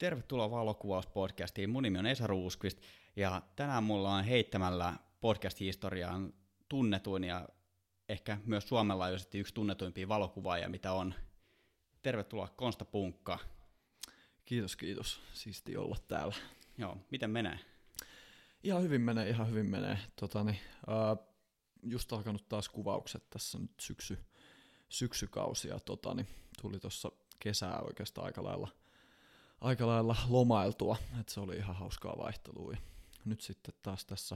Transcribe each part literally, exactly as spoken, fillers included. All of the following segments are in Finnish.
Tervetuloa Valokuvauspodcastiin. Mun nimi on Esa Ruuskvist ja tänään mulla on heittämällä podcast-historiaan tunnetuin ja ehkä myös Suomen laajuisesti yksi tunnetuimpia valokuvaajia, mitä on. Tervetuloa Konsta Punkka. Kiitos, kiitos. Siisti olla täällä. Joo, miten menee? Ihan hyvin menee, ihan hyvin menee. Totani, uh, just alkanut taas kuvaukset tässä nyt syksy, syksykausi ja totani, tuli tuossa kesää oikeastaan aika lailla, aika lailla lomailtua, että se oli ihan hauskaa vaihtelua. Ja nyt sitten taas tässä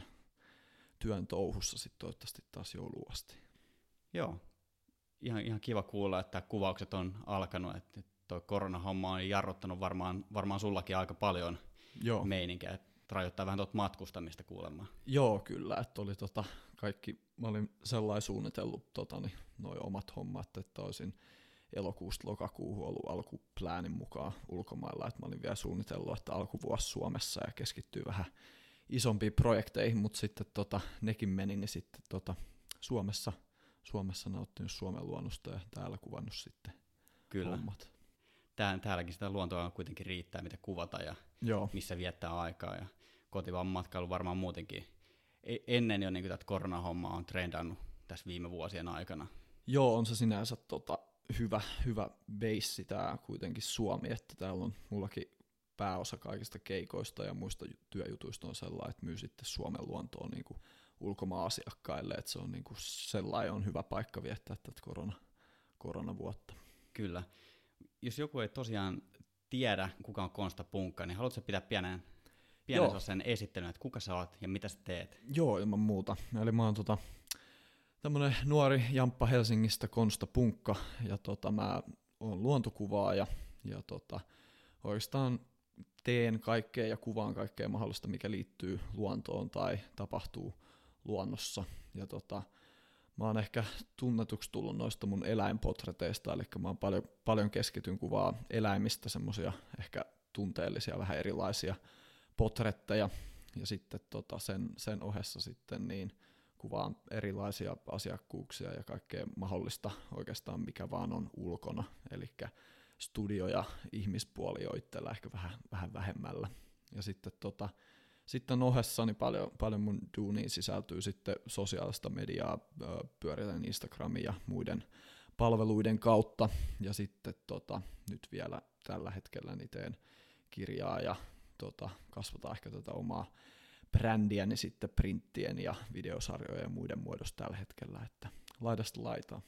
työn touhussa sitten toivottavasti taas jouluun asti. Joo, ihan, ihan kiva kuulla, että kuvaukset on alkanut, että tuo koronahomma on jarruttanut varmaan, varmaan sullakin aika paljon Joo. meininkiä, että rajoittaa vähän tuota matkustamista kuulemaan. Joo, kyllä, että oli tota kaikki, mä olin sellainen suunnitellut tota, niin, noi omat hommat, että olisin elokuusta lokakuuhun ollut alkupläänin mukaan ulkomailla, että mä olin vielä suunnitellut, että alkuvuosi Suomessa ja keskittyy vähän isompiin projekteihin, mutta sitten tota, nekin meni, niin sitten tota, Suomessa, Suomessa nauttinut Suomen luonnosta ja täällä kuvannut sitten Kyllä. hommat. Tää, täälläkin sitä luontoa kuitenkin riittää, mitä kuvata ja Joo. missä viettää aikaa ja kotivaan matkailu varmaan muutenkin. Ennen jo niin tätä koronahommaa on trendannut tässä viime vuosien aikana. Joo, on se sinänsä tota, hyvä, hyvä beissi tämä kuitenkin Suomi, että täällä on mullakin pääosa kaikista keikoista ja muista työjutuista on sellainen, että myy sitten Suomen luontoon niin kuin ulkomaan-asiakkaille, että se on niin kuin sellainen on hyvä paikka viettää tätä korona, koronavuotta. Kyllä. Jos joku ei tosiaan tiedä, kuka on Konsta Punkka, niin haluatko pitää pienen, pienen sen esittelyn, että kuka sä oot ja mitä sä teet? Joo, ilman muuta. Eli mä oon tota, tämmönen nuori jamppa Helsingistä Konsta Punkka, ja tota, mä oon luontokuvaaja, ja tota, oikeastaan teen kaikkea ja kuvaan kaikkea mahdollista, mikä liittyy luontoon tai tapahtuu luonnossa. Ja tota, mä oon ehkä tunnetuksi tullut noista mun eläinportreteista, eli mä oon paljon, paljon keskityn kuvaa eläimistä, semmosia ehkä tunteellisia, vähän erilaisia portretteja, ja sitten tota sen, sen ohessa sitten niin kuvaan erilaisia asiakkuuksia ja kaikkea mahdollista oikeastaan, mikä vaan on ulkona, eli studio- ja ihmispuoli on itsellä ehkä vähän, vähän vähemmällä. Ja sitten tota, Sitten ohessani paljon, paljon mun duuniin sisältyy sitten sosiaalista mediaa, pyöritän Instagramin ja muiden palveluiden kautta. Ja sitten tota, nyt vielä tällä hetkellä niin teen kirjaa ja tota, kasvataan ehkä tätä omaa brändiäni sitten printtien ja videosarjojen ja muiden muodossa tällä hetkellä, että laidasta laitaan.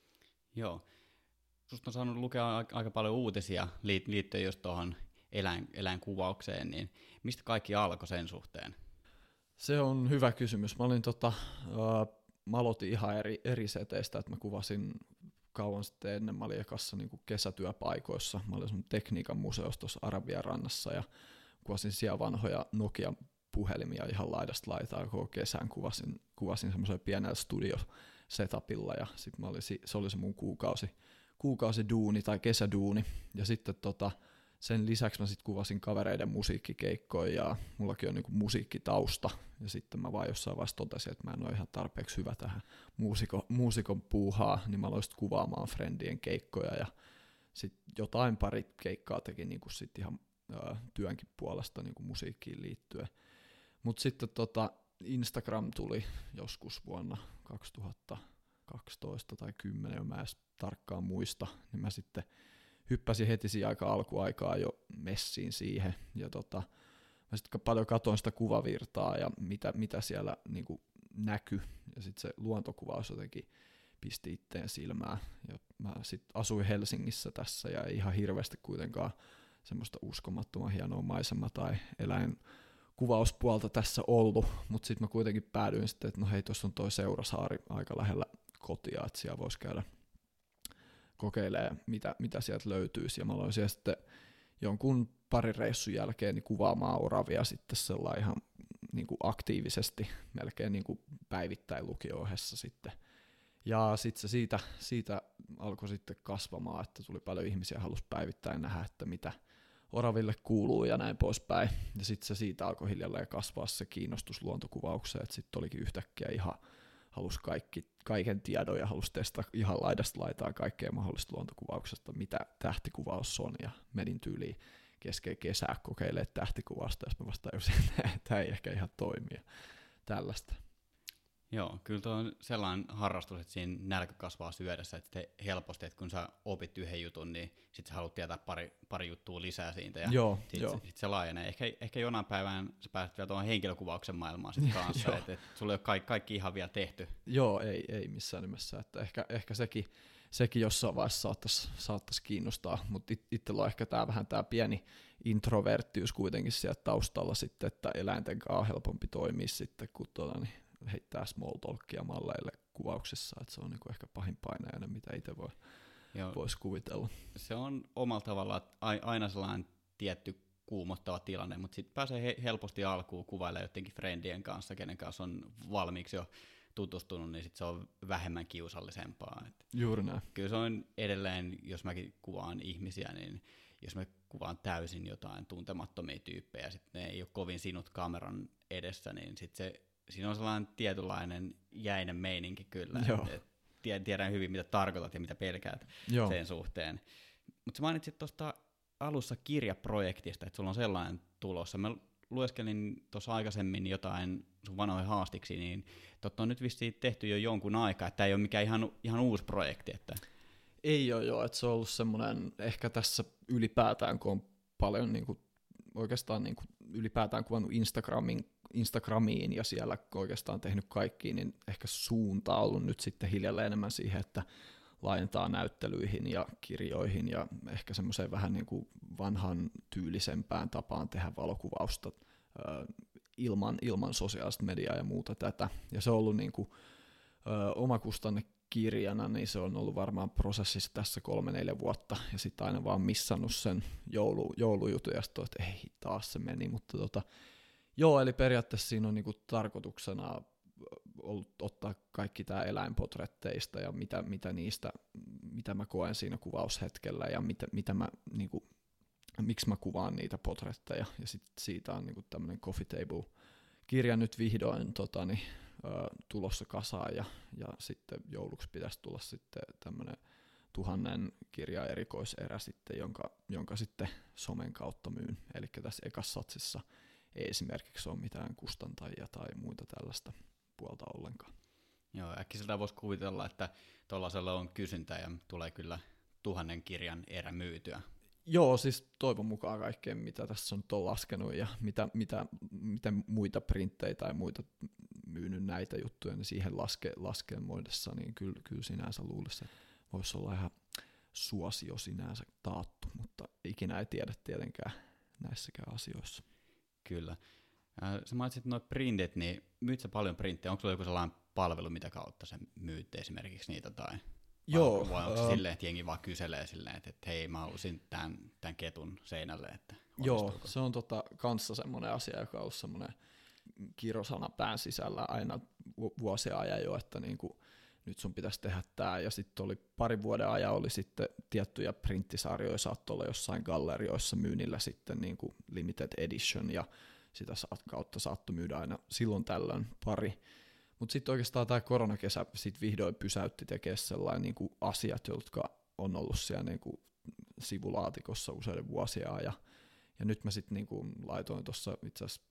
Joo, susta on saanut lukea aika paljon uutisia liittyen just tuohon Eläin, eläinkuvaukseen, niin mistä kaikki alkoi sen suhteen? Se on hyvä kysymys. Mä, olin tota, äh, mä aloitin ihan eri, eri seteistä, että mä kuvasin kauan sitten ennen, mä olin ekassa niin kuin kesätyöpaikoissa. Mä olin sun tekniikan museossa tuossa Arabian rannassa ja kuvasin siellä vanhoja Nokia-puhelimia ihan laidasta laitaa koko kesän. Kuvasin, kuvasin semmoisella pienellä studiosetupilla ja sit mä olin, se oli se mun kuukausi, kuukausi duuni tai kesäduuni ja sitten tota, sen lisäksi mä sitten kuvasin kavereiden musiikkikeikkoja ja mullakin on niinku musiikkitausta ja sitten mä vaan jossain vaiheessa totesin, että mä en ole ihan tarpeeksi hyvä tähän muusikon, muusikon puuhaa, niin mä aloin sit kuvaamaan friendien keikkoja ja sitten jotain pari keikkaa tekin niinku sit ihan ö, työnkin puolesta niinku musiikkiin liittyen. Mutta sitten tota Instagram tuli joskus vuonna kaksituhattakaksitoista tai kymmenen, mä en edes tarkkaan muista, niin mä sitten hyppäsin heti siinä aika alkuaikaa jo messiin siihen, ja tota, mä sitten paljon katsoin sitä kuvavirtaa ja mitä, mitä siellä niin kuin näkyi, ja sitten se luontokuvaus jotenkin pisti itteen silmään, ja mä sitten asuin Helsingissä tässä, ja ei ihan hirveästi kuitenkaan semmoista uskomattoman hienoa maisema- tai eläinkuvauspuolta tässä ollut, mutta sitten mä kuitenkin päädyin sitten, että no hei, tuossa on toi Seurasaari aika lähellä kotia, että siellä voisi käydä kokeilee, mitä, mitä sieltä löytyisi, ja mä aloin siellä sitten jonkun parin reissun jälkeen niin kuvaamaan oravia sitten sellainen ihan niin kuin aktiivisesti, melkein niin kuin päivittäin lukio-ohessa sitten. Ja sitten se siitä, siitä alkoi sitten kasvamaan, että tuli paljon ihmisiä, halusi päivittäin nähdä, että mitä oraville kuuluu ja näin poispäin. Ja sitten se siitä alkoi hiljalleen kasvaa se kiinnostus luontokuvaukseen, että sitten olikin yhtäkkiä ihan halusi kaikki, kaiken tiedon ja halusi testata ihan laidasta laitaan kaikkea mahdollista luontokuvauksesta, mitä tähtikuvaus on, ja menin tyyliin kesken kesää kokeilemaan tähtikuvasta, jos mä vasta tajusin, että tämä ei ehkä ihan toimi ja tällaista. Joo, kyllä tuo on sellainen harrastus, että siinä nälkä kasvaa syödessä, että te helposti, että kun sä opit yhden jutun, niin sit sä haluat tietää pari, pari juttua lisää siitä, ja joo, sit, joo. sit se laajenee. Ehkä, ehkä jonain päivänä sä pääset vielä tuohon henkilökuvauksen maailmaan sit kanssa, että et sulla ei ole kaikki, kaikki ihan vielä tehty. Joo, ei, ei missään nimessä, että ehkä, ehkä sekin, sekin jossain vaiheessa saattaisi, saattaisi kiinnostaa, mutta it, itsellä on ehkä tää vähän tämä pieni introverttiys kuitenkin sieltä taustalla sitten, että eläinten kanssa on helpompi toimia sitten, kun tuota, niin heittää small talkia malleille kuvauksissa, että se on niinku ehkä pahin painajainen, mitä itse voi, voisi kuvitella. Se on omalla tavallaan aina sellainen tietty kuumottava tilanne, mutta sitten pääsee he- helposti alkuun kuvailemaan jotenkin friendien kanssa, kenen kanssa on valmiiksi jo tutustunut, niin sit se on vähemmän kiusallisempaa. Et Juuri näin. Kyllä se on edelleen, jos mäkin kuvaan ihmisiä, niin jos mä kuvaan täysin jotain tuntemattomia tyyppejä, sitten ne ei ole kovin sinut kameran edessä, niin sit se siinä on sellainen tietynlainen jäinen meininki kyllä. Et, et tiedän hyvin, mitä tarkoitat ja mitä pelkäät Joo. sen suhteen. Mutta sä mainitsit tuosta alussa kirjaprojektista, että sulla on sellainen tulossa. Mä lueskelin tuossa aikaisemmin jotain sun vanhoja haastiksi, niin totta on nyt vissiin tehty jo jonkun aikaa, että tämä ei ole mikään ihan, ihan uusi projekti. Että ei ole joo, että se on ollut semmoinen, ehkä tässä ylipäätään, kun on paljon niin kuin, oikeastaan niin kuin, ylipäätään kuvannut Instagramin Instagramiin ja siellä oikeastaan tehnyt kaikkiin, niin ehkä suunta on ollut nyt sitten hiljalleen enemmän siihen, että laajentaa näyttelyihin ja kirjoihin ja ehkä semmoiseen vähän niin kuin vanhan tyylisempään tapaan tehdä valokuvausta ö, ilman, ilman sosiaalista mediaa ja muuta tätä. Ja se on ollut niin kuin, ö, omakustanne kirjana, niin se on ollut varmaan prosessissa tässä kolme neljä vuotta ja sitten aina vaan missannut sen joulu, joulujutun ja sitten että ei taas se meni, mutta tota, joo, eli periaatteessa siinä on niinku tarkoituksena ollut ottaa kaikki tämä eläinpotretteista ja mitä, mitä niistä, mitä mä koen siinä kuvaushetkellä ja mitä, mitä mä, niinku, miksi mä kuvaan niitä potretteja. Ja sitten siitä on niinku tämmöinen Coffee Table-kirja nyt vihdoin totani, ö, tulossa kasaan ja, ja sitten jouluksi pitäisi tulla sitten tämmöinen tuhannen kirja erikoiserä sitten, jonka, jonka sitten somen kautta myyn. Eli tässä ekassa satsissa ei esimerkiksi ole mitään kustantajia tai muita tällaista puolta ollenkaan. Joo, äkkiseltä voisi kuvitella, että tuollaisella on kysyntä ja tulee kyllä tuhannen kirjan erä myytyä. Joo, siis toivon mukaan kaikkea, mitä tässä on nyt on laskenut ja mitä, mitä, mitä muita printtejä tai muita myynyt näitä juttuja, niin siihen laske, laskelmoidessa, niin kyllä, kyllä sinänsä luulisi, että voisi olla ihan suosio sinänsä taattu, mutta ikinä ei tiedä tietenkään näissäkään asioissa. Kyllä. Sä mainitsit noin printit, niin myyt sä paljon printtejä? Onko sulla joku sellainen palvelu, mitä kautta sä myyt esimerkiksi niitä? Tai Joo. Vai onko se uh, silleen, että jengi vaan kyselee silleen, että, että hei, mä haluaisin tämän, tämän ketun seinälle, että joo, se on tota, kanssa semmoinen asia, joka on ollut semmoinen kirosana pään sisällä aina vuosia ajan jo, että niinku, nyt sun pitäisi tehdä tämä, ja sitten oli parin vuoden ajan oli sitten tiettyjä printtisarjoja, saattoi olla jossain gallerioissa myynnillä sitten niin kuin limited edition, ja sitä kautta saattoi myydä aina silloin tällöin pari. Mutta sitten oikeastaan tämä koronakesä sit vihdoin pysäytti tekemään sellainen niin kuin asiat, jotka on ollut siellä niin kuin sivulaatikossa useiden vuosia, ja, ja nyt mä sitten niin kuin laitoin tuossa itse asiassa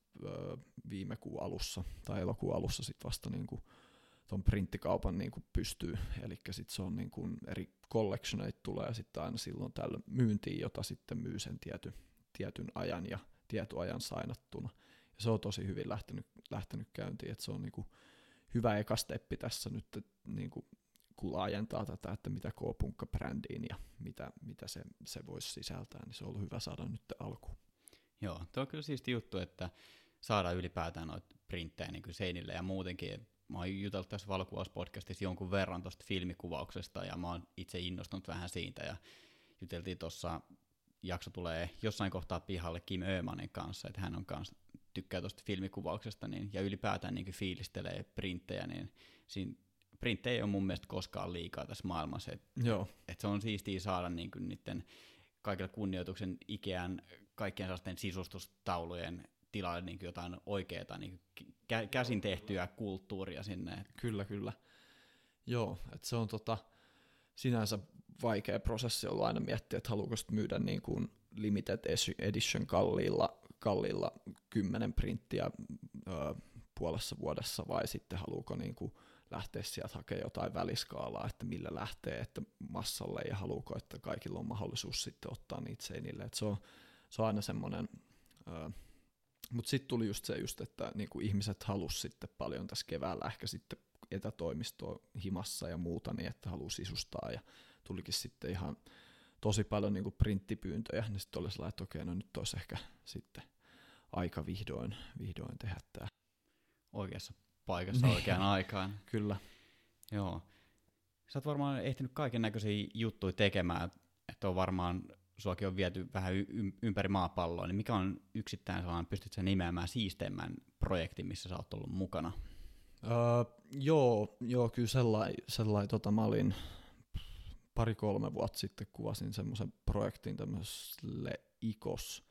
viime kuun alussa, tai elokuun alussa sitten vasta niin kuin tuon printtikaupan niin kuin pystyy, eli sitten se on niin kuin eri collectioneita tulee sitten aina silloin tällöin myyntiin, jota sitten myy sen tiety, tietyn ajan ja tietyn ajan sainattuna. Ja se on tosi hyvin lähtenyt, lähtenyt käyntiin, että se on niin kuin hyvä eka steppi tässä nyt, että niin kuin kun laajentaa tätä, että mitä K-punkka-brändiin ja mitä, mitä se, se voisi sisältää, niin se on ollut hyvä saada nyt alkuun. Joo, tuo on kyllä siisti juttu, että saadaan ylipäätään noita printtejä niin kuin seinille ja muutenkin. Mä oon jutellut tässä valokuvauspodcastissa jonkun verran tuosta filmikuvauksesta ja mä oon itse innostunut vähän siitä ja juteltiin tuossa, jakso tulee jossain kohtaa pihalle Kim Öhmanin kanssa, että hän on kanssa tykkää tuosta filmikuvauksesta niin, ja ylipäätään niin fiilistelee printtejä, niin siinä printtejä ei ole mun mielestä koskaan liikaa tässä maailmassa, että et se on siistiä saada niin kuin niiden kaikilla kunnioituksen Ikean kaikkien sellaisten sisustustaulujen tilalle niin jotain oikeaa niin kä- käsin tehtyä kulttuuria sinne. Kyllä, kyllä. Joo, että se on tota, sinänsä vaikea prosessi ollut aina miettiä, että haluuko myydä niin kuin limited edition kalliilla, kalliilla kymmenen printtiä ö, puolessa vuodessa, vai sitten haluuko niin kuin lähteä sieltä hakemaan jotain väliskaalaa, että millä lähtee, että massalle, ja haluuko, että kaikilla on mahdollisuus sitten ottaa niitä seinille. Et se, on, se on aina semmoinen, mutta sitten tuli just se, just, että niinku ihmiset halusi sitten paljon tässä keväällä ehkä sitten etätoimistoa himassa ja muuta, niin että halusi sisustaa, ja tulikin sitten ihan tosi paljon niinku printtipyyntöjä, niin sitten oli sellainen, että okei, no nyt olisi ehkä sitten aika vihdoin, vihdoin tehdä tämä. Oikeassa paikassa oikeaan aikaan. Kyllä. Joo. Sä oot varmaan ehtinyt kaiken näköisiä juttuja tekemään, että on varmaan, suakin on viety vähän y- ympäri maapalloa, niin mikä on yksittäin sellainen, pystyt sä nimeämään siisteimmän projektin, missä sä oot ollut mukana? Öö, joo, joo, kyllä sellainen, sellai, tota, mä olin pari-kolme vuotta sitten kuvasin semmoisen projektin tämmöiselle I C O S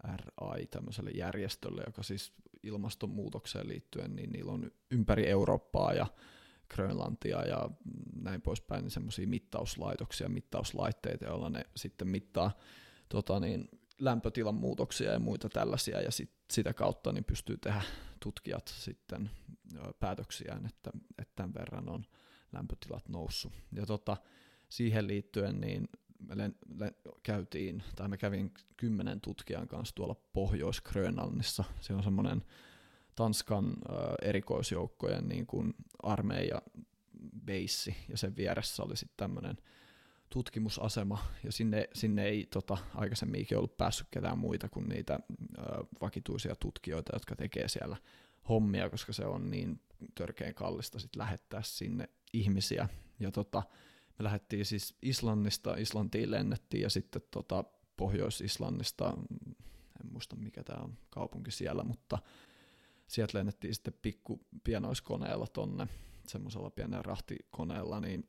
R I, tämmöiselle järjestölle, joka siis ilmastonmuutokseen liittyen, niin niillä on ympäri Eurooppaa ja Grönlantia ja näin poispäin niin semmoisia mittauslaitoksia, mittauslaitteita, joilla ne sitten mittaa tota niin, lämpötilan muutoksia ja muita tällaisia, ja sit, sitä kautta niin pystyy tehdä tutkijat sitten päätöksiään, että, että tämän verran on lämpötilat noussut. Ja tota, siihen liittyen niin me len, len, käytiin, tai me kävin kymmenen tutkijan kanssa tuolla Pohjois-Grönlannissa. Se on semmoinen Tanskan ö, erikoisjoukkojen niin kuin armeija beissi, ja sen vieressä oli sitten tämmöinen tutkimusasema, ja sinne, sinne ei tota, aikaisemminkin ollut päässyt ketään muita kuin niitä ö, vakituisia tutkijoita, jotka tekee siellä hommia, koska se on niin törkeän kallista sit lähettää sinne ihmisiä. Ja tota, me lähdettiin siis Islannista, Islantiin lennettiin, ja sitten tota Pohjois-Islannista, en muista mikä tämä on kaupunki siellä, mutta sieltä lennettiin sitten pikku pienoiskoneella tonne, semmoisella pienellä rahtikoneella, niin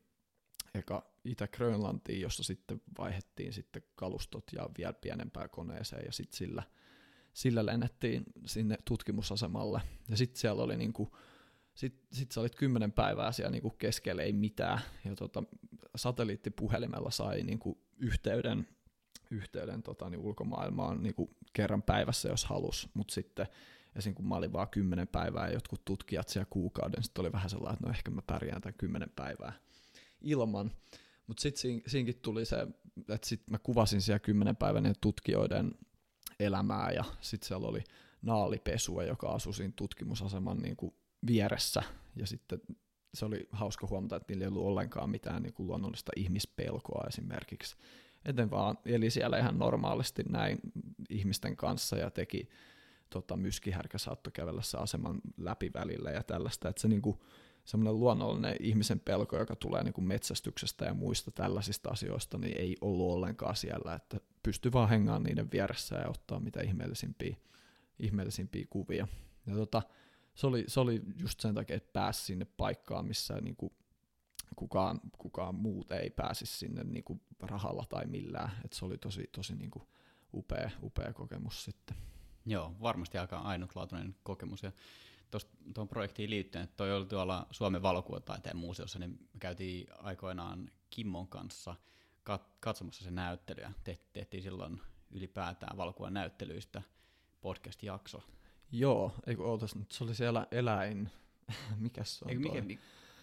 eka Itä-Grönlantiin, jossa sitten vaihdettiin sitten kalustot ja vielä pienempään koneeseen, ja sitten sillä, sillä lennettiin sinne tutkimusasemalle. Ja sitten siellä oli niinku, sit, sit sä olit kymmenen päivää siellä niinku keskellä ei mitään, ja tota, satelliittipuhelimella sai niinku yhteyden, yhteyden tota, niin ulkomaailmaan niinku kerran päivässä, jos halus, mutta sitten esim. Kun mä olin vaan kymmenen päivää ja jotkut tutkijat siellä kuukauden, sitten oli vähän sellainen, että no ehkä mä pärjään tämän kymmenen päivää ilman. Mutta sitten siinä, siinäkin tuli se, että sitten mä kuvasin siellä kymmenen päivän tutkijoiden elämää, ja sitten siellä oli naalipesua, joka asui siinä tutkimusaseman niin kuin vieressä, ja sitten se oli hauska huomata, että niillä ei ollut ollenkaan mitään niin kuin luonnollista ihmispelkoa esimerkiksi. Eten vaan eli siellä ihan normaalisti näin ihmisten kanssa ja teki tota, myskihärkä saattoi kävellä se aseman läpi välillä ja tällaista, että se niinku, semmoinen luonnollinen ihmisen pelko, joka tulee niinku metsästyksestä ja muista tällaisista asioista, niin ei ollut ollenkaan siellä, että pystyi vaan hengaamaan niiden vieressä ja ottaa mitä ihmeellisimpiä, ihmeellisimpiä kuvia. Ja tota, se, oli, se oli just sen takia, että pääsi sinne paikkaan, missä niinku kukaan, kukaan muut ei pääsisi sinne niinku rahalla tai millään, että se oli tosi, tosi niinku upea, upea kokemus sitten. Joo, varmasti aika ainutlaatuinen kokemus. Ja tuohon projektiin liittyen, että toi oli tuolla Suomen valokuvataiteen museossa, niin me käytiin aikoinaan Kimmon kanssa kat- katsomassa se näyttely, ja te- tehtiin silloin ylipäätään valokuvan näyttelyistä podcast-jakso. Joo, eikö ootas nyt, se oli siellä eläin, mikäs se on Eikö, toi? mikä,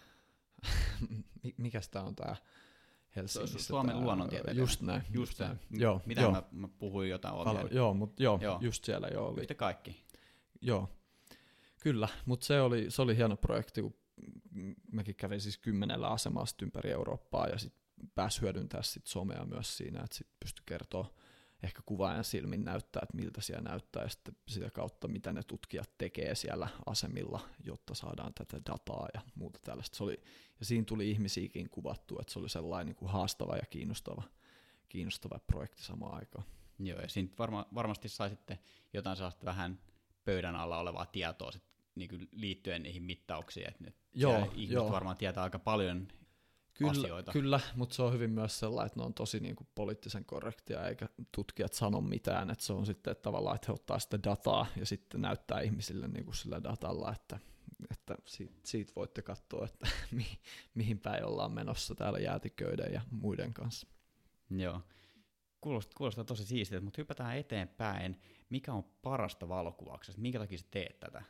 Mikäs tää on tää Helsingissä? Suomen tää, luonnontieteilijä. Just näin. Just, just näin. näin. Joo, Mitä joo. mä, mä puhuin jotain Palo, joo, mutta joo, joo, just siellä joo oli. Yhtä kaikki. Joo, kyllä, mutta se oli, se oli hieno projekti, kun mäkin kävin siis kymmenellä asemasta ympäri Eurooppaa ja sitten pääsi hyödyntämään sit somea myös siinä, että sitten pystyi kertoa ehkä kuvaajan silmin näyttää, että miltä siellä näyttää, ja sitten sitä kautta, mitä ne tutkijat tekee siellä asemilla, jotta saadaan tätä dataa ja muuta tällaista. Se oli, ja siinä tuli ihmisiäkin kuvattua, että se oli sellainen niin kuin haastava ja kiinnostava, kiinnostava projekti samaan aikaan. Joo, ja siinä varma, varmasti sai sitten jotain sellaista vähän pöydän alla olevaa tietoa sit, niin kuin liittyen niihin mittauksiin, että nyt joo, ihmiset joo. varmaan tietää aika paljon Kyllä, asioita. kyllä, mutta se on hyvin myös sellainen, että ne on tosi niin kuin poliittisen korrektia, eikä tutkijat sano mitään, että se on sitten että tavallaan, että he ottaa sitä dataa ja sitten näyttää ihmisille niin kuin sillä datalla, että, että siitä, siitä voitte katsoa, että mi, mihin päin ollaan menossa täällä jäätiköiden ja muiden kanssa. Joo. Kuulostaa, kuulostaa tosi siistiltä, mutta hypätään eteenpäin. Mikä on parasta valokuvauksessa? Minkä takia sä teet tätä?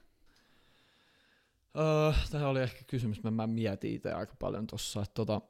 Öö, tämä oli ehkä kysymys, mä, mä mietin itse aika paljon tuossa. Tota,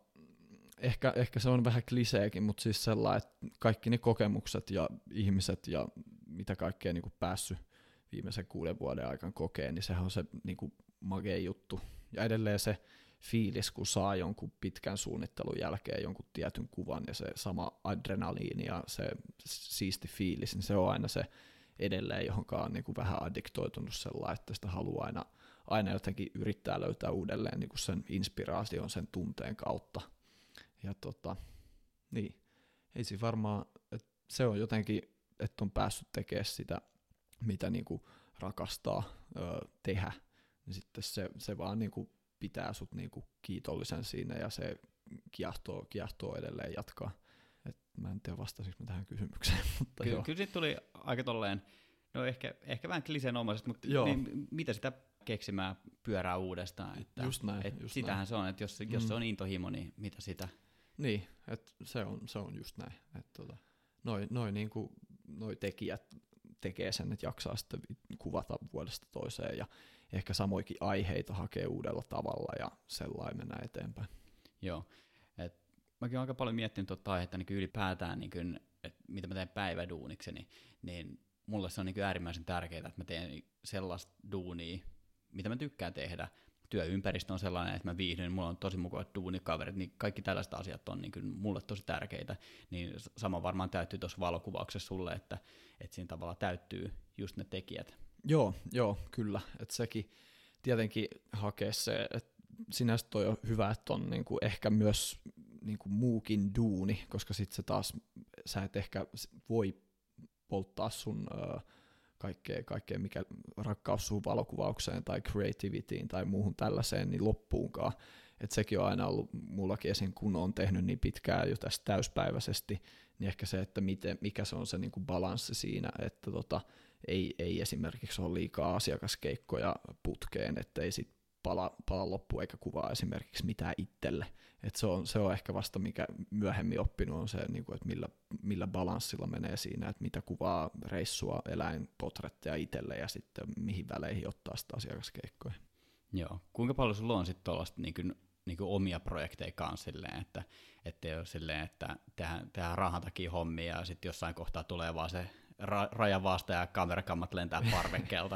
ehkä, ehkä se on vähän kliseekin, mutta siis sellainen, että kaikki ne kokemukset ja ihmiset ja mitä kaikkea niin kuin päässyt viimeisen kuuden vuoden aikana kokeen, niin sehän on se niin kuin magea juttu. Ja edelleen se fiilis, kun saa jonkun pitkän suunnittelun jälkeen jonkun tietyn kuvan ja se sama adrenaliini ja se siisti fiilis, niin se on aina se edelleen, johonkaan on niin kuin vähän addiktoitunut sellainen, että sitä haluaa aina, aina jotenkin yrittää löytää uudelleen niin kuin sen inspiraation sen tunteen kautta. Ja tota, niin, ei siinä varmaan, että se on jotenkin, että on päässyt tekemään sitä, mitä niin kuin rakastaa öö, tehdä, niin sitten se, se vaan niin kuin pitää sut niin kuin kiitollisen siinä ja se kiehtoo, kiehtoo edelleen jatkaa. Et mä en tiedä vastasinko mä tähän kysymykseen. Mutta Ky- joo. Kyllä siitä tuli aika tolleen, no ehkä, ehkä vähän kliseenomaisesti, mutta Joo. niin, mitä sitä keksimään pyörää uudestaan? Että, Just näin, et just sitähän näin. se on, että jos, jos Mm. se on intohimo, niin mitä sitä? Niin, että se on, se on just näin. Että tota, noi, noi, niinku, noi tekijät tekee sen, että jaksaa sitten kuvata vuodesta toiseen ja ehkä samoikin aiheita hakee uudella tavalla ja sellainen mennään eteenpäin. Joo. Et mäkin olen aika paljon miettinyt tuota aihetta niin ylipäätään, niin kuin, että mitä mä teen päiväduunikseni, niin mulle se on niin kuin äärimmäisen tärkeää, että mä teen sellaista duunia, mitä mä tykkään tehdä. Työympäristö on sellainen, että mä viihdyn, mulla on tosi mukavat duunikaverit, niin kaikki tällaiset asiat on niin kuin mulle tosi tärkeitä. Niin sama varmaan täyttyy tuossa valokuvauksessa sulle, että, että siinä tavalla täyttyy just ne tekijät. Joo, joo, kyllä. Että sekin tietenkin hakee se, että sinänsä toi on hyvä, että on niinku ehkä myös niinku muukin duuni, koska sit se taas, sä et ehkä voi polttaa sun ö, kaikkea, kaikkea, mikä rakkaus suhun valokuvaukseen tai creativityin tai muuhun tällaiseen, niin loppuunkaan. Että sekin on aina ollut mullakin esim. Kun on tehnyt niin pitkään jo tästä täyspäiväisesti, niin ehkä se, että miten, mikä se on se niinku balanssi siinä, että tota, ei, ei esimerkiksi ole liikaa asiakaskeikkoja putkeen, että ei sit pala, pala loppu eikä kuvaa esimerkiksi mitään itselle. Et se, on, se on ehkä vasta, mikä myöhemmin oppinut, on se, niinku, että millä, millä balanssilla menee siinä, että mitä kuvaa reissua, eläinpotretteja itselle ja sitten mihin väleihin ottaa sitä asiakaskeikkoja. Joo. Kuinka paljon sulla on sitten tuollaista niin kuin, niin kuin omia projekteja kanssa silleen, että ettei ole silleen, että tehdään, tehdään rahan takia hommia ja sitten jossain kohtaa tulee vaan se ra- raja vasta ja kamerakammat lentää parvekkeelta.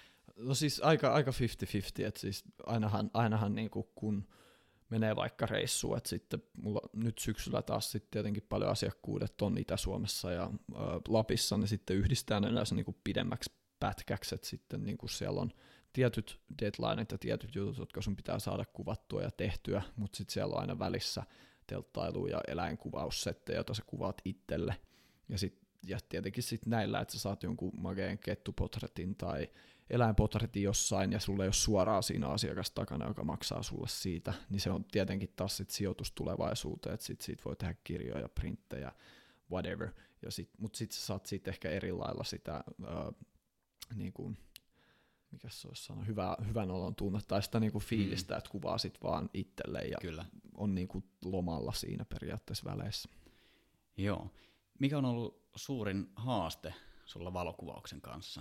No siis aika, aika viisikymmentä viisikymmentä, että siis ainahan, ainahan niin kuin kun menee vaikka reissuun, että sitten mulla nyt syksyllä taas sitten tietenkin paljon asiakkuudet on Itä-Suomessa ja ä, Lapissa, niin sitten yhdistää ne yleensä niin kuin pidemmäksi pätkäksi, että sitten niin kuin siellä on tietyt deadlineit ja tietyt jutut, jotka sun pitää saada kuvattua ja tehtyä, mutta sitten siellä on aina välissä telttailu- ja eläinkuvaussettejä, joita sä kuvaat itselle. Ja, sit, ja tietenkin sitten näillä, että sä saat jonkun mageen kettupotretin tai eläinpotretin jossain, ja sulla ei ole suoraan siinä asiakas takana, joka maksaa sulle siitä, niin se on tietenkin taas sit sijoitus tulevaisuuteen, että sit siitä voi tehdä kirjoja, printtejä, whatever. Ja sit, mutta sitten sä saat siitä ehkä eri lailla sitä äh, niin kuin mikä se olisi sanonut, hyvä, hyvän olon tunnetta tai sitä niinku fiilistä, mm. että kuvaa sit vaan itselle ja Kyllä. on niinku lomalla siinä periaatteessa väleissä. Joo. Mikä on ollut suurin haaste sulla valokuvauksen kanssa?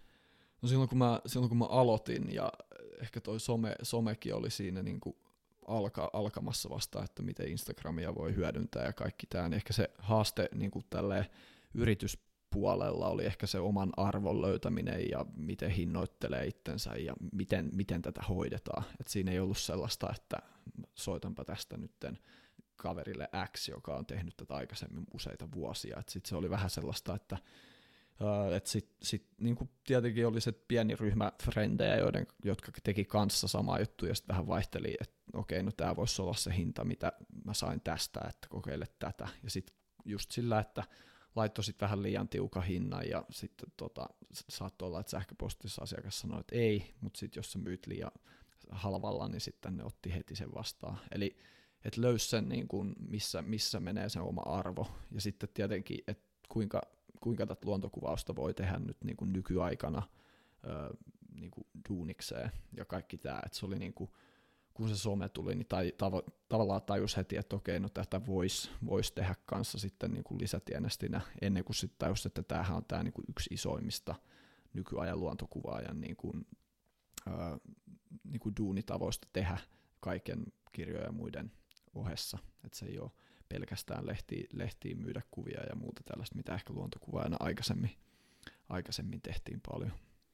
No silloin kun mä, silloin kun mä aloitin ja ehkä toi some, somekin oli siinä niinku alka, alkamassa vasta, että miten Instagramia voi hyödyntää ja kaikki tämä, niin ehkä se haaste niinku tälleen yritys puolella oli ehkä se oman arvon löytäminen ja miten hinnoittelee itsensä ja miten, miten tätä hoidetaan. Et siinä ei ollut sellaista, että soitanpa tästä nytten kaverille X, joka on tehnyt tätä aikaisemmin useita vuosia. Sitten se oli vähän sellaista, että et sit, sit, niin tietenkin oli se pieni ryhmä frendejä, joiden, jotka teki kanssa samaa juttua ja sitten vähän vaihteli, että okei, no tämä voisi olla se hinta, mitä mä sain tästä, että kokeile tätä. Ja sitten just sillä, että laittoi sitten vähän liian tiukan hinnan ja sitten tota, saattoi olla, että sähköpostissa asiakas sanoi, että ei, mutta sitten jos sä myyt liian halvalla, niin sitten ne otti heti sen vastaan. Eli että löysi sen, niin kuin, missä, missä menee se oma arvo ja sitten tietenkin, että kuinka, kuinka tätä luontokuvausta voi tehdä nyt niin kuin nykyaikana ö, niin kuin duunikseen ja kaikki tämä, että se oli niin kuin kun se some tuli, niin tai, tav- tavallaan tajus heti, että okei, no tätä voisi vois tehdä kanssa sitten niin kuin lisätienestinä, ennen kuin sitten tajus, että tämähän on tämä niin kuin yksi isoimmista nykyajan luontokuvaajan niin kuin, ää, niin kuin duunitavoista tehdä kaiken kirjojen ja muiden ohessa, että se ei ole pelkästään lehtiin, lehtiin myydä kuvia ja muuta tällaista, mitä ehkä luontokuvaajana aikaisemmin, aikaisemmin tehtiin paljon.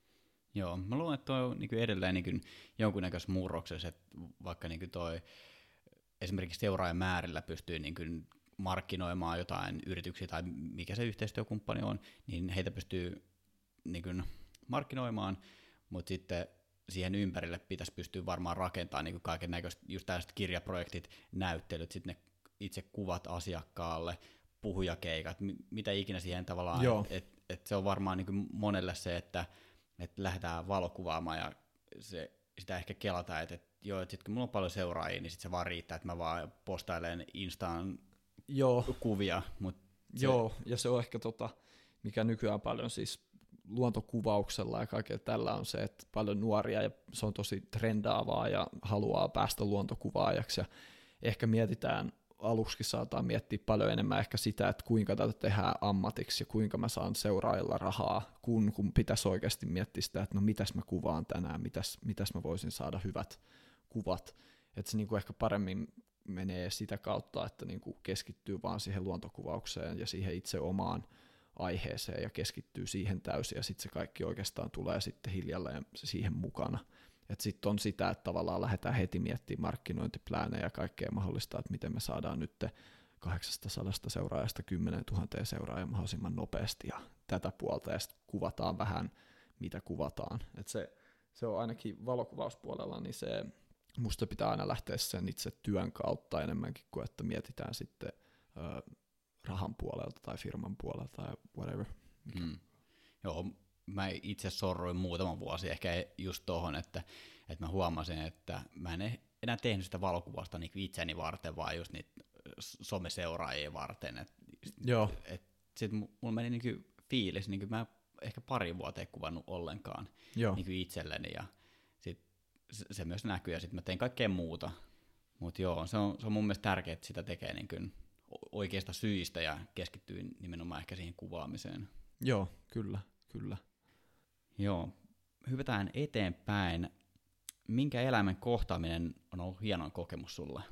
Joo, mä luulen, että toi on niin edelleen niin jonkunnäköisessä murroksessa, että vaikka niin toi esimerkiksi seuraajamäärillä pystyy niin markkinoimaan jotain yrityksiä tai mikä se yhteistyökumppani on, niin heitä pystyy niin markkinoimaan, mutta sitten siihen ympärille pitäisi pystyä varmaan rakentamaan niin kaiken näköistä, just tällaiset kirjaprojektit, näyttelyt, sitten ne itse kuvat asiakkaalle, puhujakeikat, mitä ikinä siihen tavallaan, että et, et se on varmaan niin monelle se, että että lähdetään valokuvaamaan ja se, sitä ehkä kelataan, että, että joo, että sitten kun mulla on paljon seuraajia, niin sitten se vaan riittää, että mä vaan postailen Instaan joo. kuvia. Mut se... Joo, ja se on ehkä tota, mikä nykyään paljon siis luontokuvauksella ja kaikella tällä on se, että paljon nuoria ja se on tosi trendaavaa ja haluaa päästä luontokuvaajaksi ja ehkä mietitään, aluksi saataan miettiä paljon enemmän ehkä sitä, että kuinka tätä tehdään ammatiksi ja kuinka mä saan seuraajilla rahaa, kun, kun pitäisi oikeasti miettiä sitä, että no mitäs mä kuvaan tänään, mitäs, mitäs mä voisin saada hyvät kuvat. Että se niinku ehkä paremmin menee sitä kautta, että niinku keskittyy vaan siihen luontokuvaukseen ja siihen itse omaan aiheeseen ja keskittyy siihen täysin ja sitten se kaikki oikeastaan tulee sitten hiljalleen siihen mukana. Että sitten on sitä, että tavallaan lähdetään heti miettimään markkinointiplänejä ja kaikkea mahdollista, että miten me saadaan nyt kahdeksansataa seuraajasta kymmenen tuhatta seuraajaa mahdollisimman nopeasti ja tätä puolta ja sitten kuvataan vähän, mitä kuvataan. Et se, se on ainakin valokuvauspuolella, niin se musta pitää aina lähteä sen itse työn kautta enemmänkin kuin, että mietitään sitten ö, rahan puolelta tai firman puolelta tai whatever. Mm. Joo, mä itse sorruin muutama vuosi ehkä just tohon, että, että mä huomasin, että mä en enää tehnyt sitä valokuvausta niin itseni varten, vaan just niitä someseuraajia varten. Et, Joo. Et sit mulla meni niin fiilis, niin mä ehkä pari vuotta kuvannut ollenkaan niin itselleni, ja sit se myös näkyy, ja sitten mä tein kaikkea muuta. Mutta joo, se on, se on mun mielestä tärkeää, että sitä tekee niin oikeasta syistä ja keskittyy nimenomaan ehkä siihen kuvaamiseen. Joo, kyllä, kyllä. Joo, hypätään eteenpäin. Minkä eläimen kohtaaminen on ollut hieno kokemus sulle?